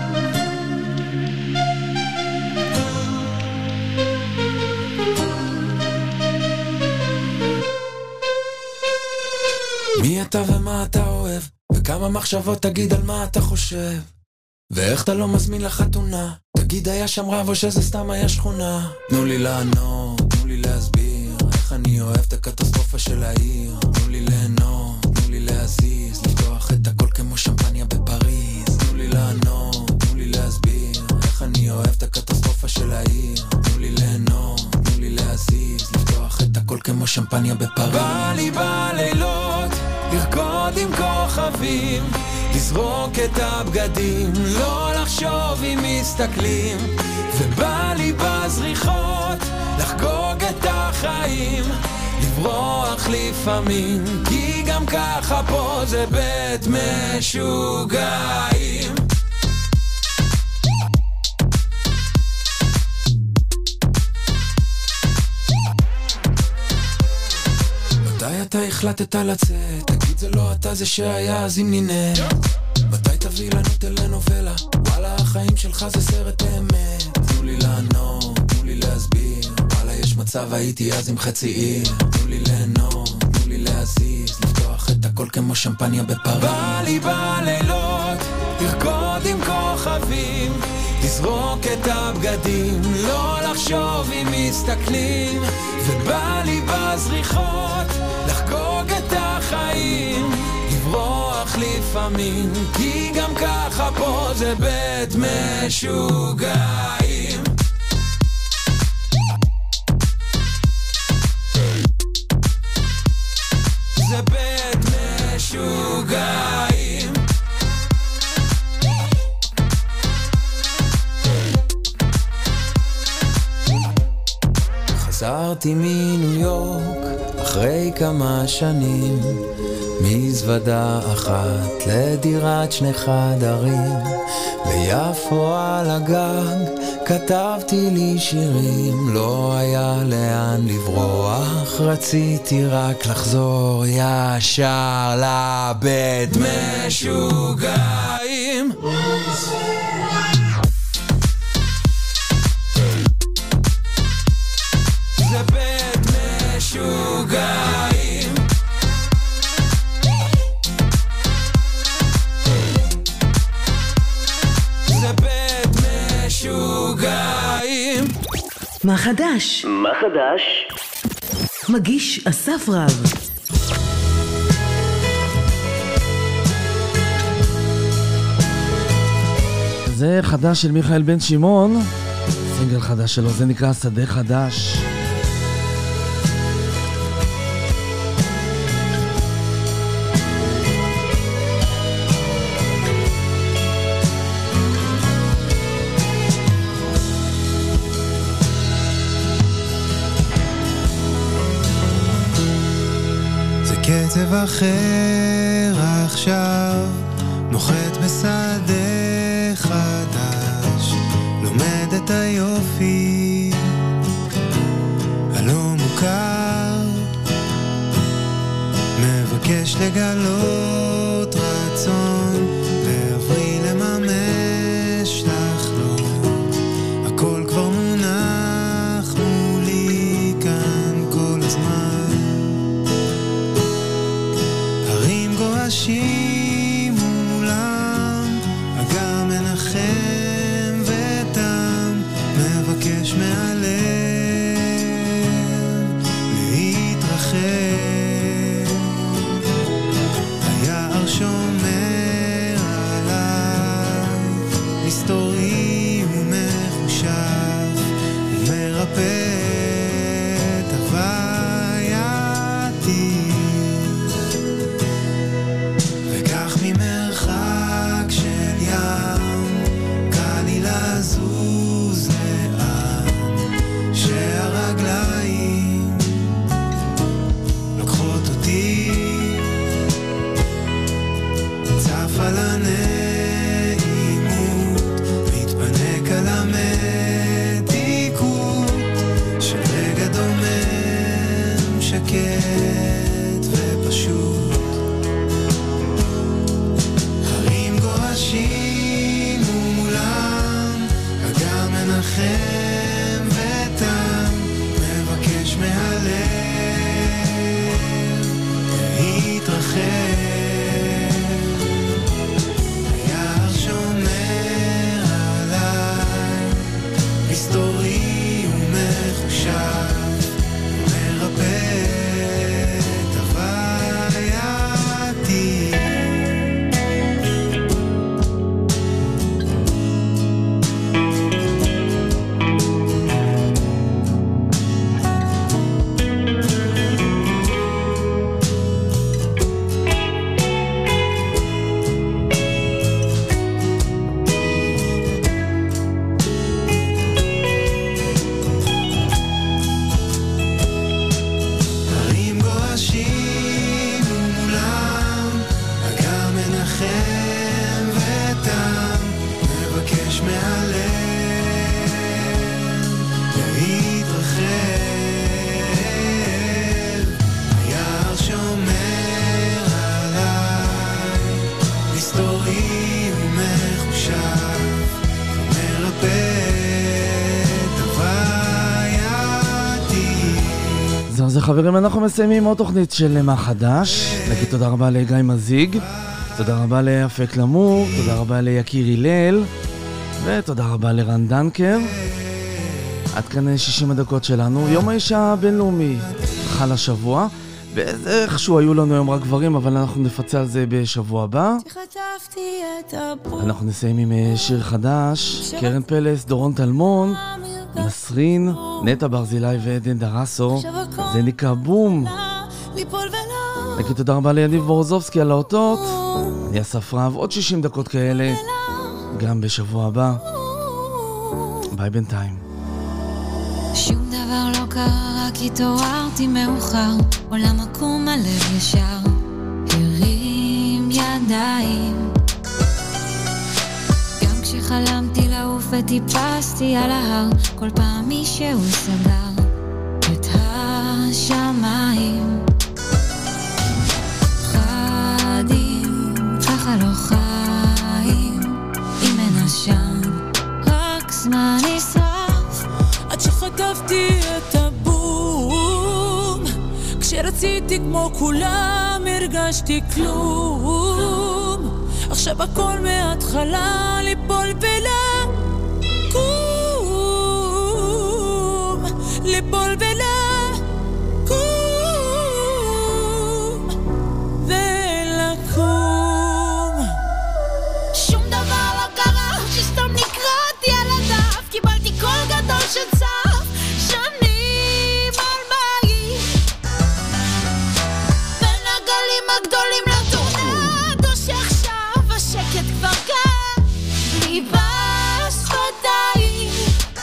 מי אתה ומה אתה אוהב, וכמה מחשבות תגיד על מה אתה חושב, ואיך אתה לא מזמין לחתונה, תגיד היה שם רב או שזה סתם היה שכונה. תנו לי לענות, תנו לי להסביר, איך אני אוהב את הקטסטרופה של העיר. תנו לי ליהנות, תנו לי להזיז, לפתוח את הכל כמו שמפניה בפריז. תנו לי לענות, תנו לי להסביר, איך אני אוהב את הקטסטרופה של העיר. תנו לי ליהנות, תנו לי להזיז, לפתוח את הכל כמו שמפניה בפריז. בא לי בלילות לרקוד עם כוכבים, לזרוק את הבגדים, לא לחשוב אם מסתכלים, ובא לי בזריחות לחגוג את החיים, לברוח לפעמים, כי גם ככה פה זה בית משוגעים. מתי אתה החלטת לצאת? תגיד זה לא אתה, זה שהיה אז אם נינא. מתי תביא לנו טלנובלה? וואלה החיים שלך זה סרט אמת. תנו לי לענות, תנו לי להסביר, וואלה יש מצב הייתי אז עם חצי עיר. תנו לי ליהנות, תנו לי להזיז, לפתוח את הכל כמו שמפניה בפריז. בא לי בלילות לרקוד עם כוכבים, לזרוק את הבגדים, לא לחשוב אם מסתכלים, ובא לי בזריחות לחגוג את החיים, לברוח לפעמים, כי גם ככה פה זה בית משוגעים. זה בית משוגעים. חזרתי מניו יורק אחרי כמה שנים, מזוודה אחת לדירת שני חדרים, ביפו על הגג כתבתי לי שירים, לא היה לאן לברוח, רציתי רק לחזור ישר לבית משוגעים. מה חדש? מה חדש? מגיש אסף רב. זה חדש של מיכאל בן שמעון, סינגל חדש שלו, זה נקרא שדה חדש. זה קצב אחר עכשיו, נוחת בשדה חדש, לומד את היופי הלא מוכר, מבקש לגלות רצון, להבריא לממש לחלום, הכל כבר מונח מולי כאן כל הזמן, הרים גועשים מולם, אגם מנחם ותם, מבקש מהלב להתרחב, היער שומר עליי, מסתורי ומחושב, ומרפא את הווייתי, וכך ממרחק של ים קל לי לזוז לאן שהרגליים לוקחות אותי, צף על הנעימות, מתפנק על המתיקות של רגע דומם, שקט ופשוט, הרים גועשים ומולם, אגם מנחם ותם, מבקש מהלב להתרחב, היער שומר עליי, מסתורי ומחושב, מרפא את הווייתי. הרים גועשים ומולם, אגם מנחם ותם, מבקש מהלב להתרחב, היער שומר עליי, מסתורי ומחושב, מרפא את הווייתי. זהו זה חברים, אנחנו מסיימים עוד תוכנית של מה חדש. נגיד תודה רבה לגיא מזיג, תודה רבה לאפק למור, תודה רבה ליקיר הלל, ותודה רבה לרן דנקר. עד כאן שישים הדקות שלנו. יום האישה הבינלאומי חל השבוע, ואיכשהו היו לנו היום רק גברים, אבל אנחנו נפצה על זה בשבוע הבא. חטפתי את הבור, אנחנו נסיים עם אה, שיר חדש, קרן פלס, דורון טלמון, נסרין, נטע ברזילי ועדן דרסו. זה נקרא בום. ליפול ולא נגיד תודה רבה ליניב בורזובסקי על האותות. אני אסף רב, עוד שישים דקות כאלה גם בשבוע הבא. ביי בינתיים. שום דבר לא קרה רק התעוררתי מאוחר, עולם עקום הלב ישר הרים ידיים, גם כשחלמתי לעוף וטיפסתי על ההר, כל פעם מישהו סגר את השמיים, חדים ככה לא חיים, אם אין עשן רק זמן נשרף, עד שחטפתי את הבום, כשרציתי כמו כולם הרגשתי כלום, עכשיו הכל מההתחלה ליפול ולקום, ליפול ולקום ולקום. שום דבר לא קרה, שסתם נקראתי על הדף, קיבלתי קול גדול שצף שנים על בית בין הגלים הגדולים לטורנדו, שעכשיו השקט כבר כאן לי בשפתיים.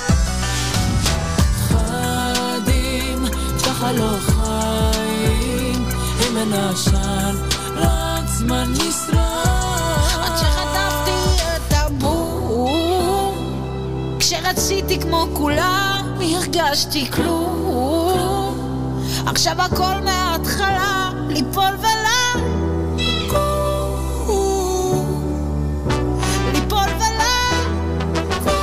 חדים ככה לא חיים, אם אין עשן רק זמן נשרף. עד שחטפתי את הבום, כשרציתי כמו כולם הרגשתי כלום. עכשיו הכל מההתחלה, ליפול ולקום, ליפול ולקום.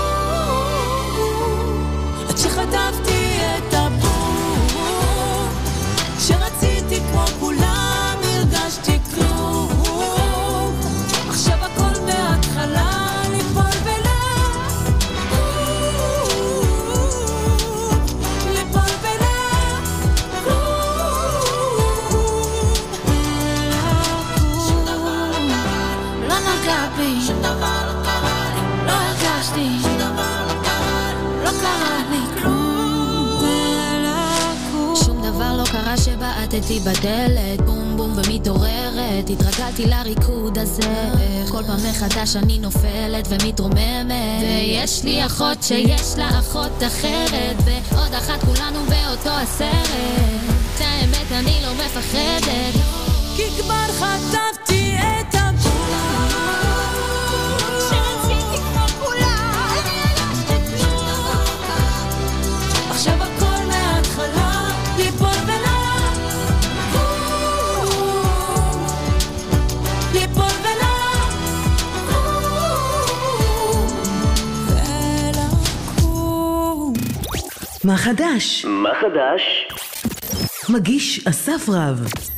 עד שחטפתי את הבום, כשרציתי כמו כולם הרגשתי כלום. עכשיו הכל מההתחלה, ליפול שום דבר לא קרה לי, לא הרגשתי, שום דבר לא קרה לי, לא קרה לי כלום. שום דבר לא קרה שבעטתי בדלת, בום בום ומתעוררת, התרגלתי לריקוד הזה, כל פעם מחדש אני נופלת ומתרוממת, ויש לי אחות שיש לה אחות אחרת, ועוד אחת כולנו באותו הסרט. את האמת אני לא מפחדת, כי כבר חטפתי את הבום. עכשיו הכל מההתחלה, ליפול ולקום, ליפול ולקום, ולקום. מה חדש? מה חדש? מגיש אסף רב.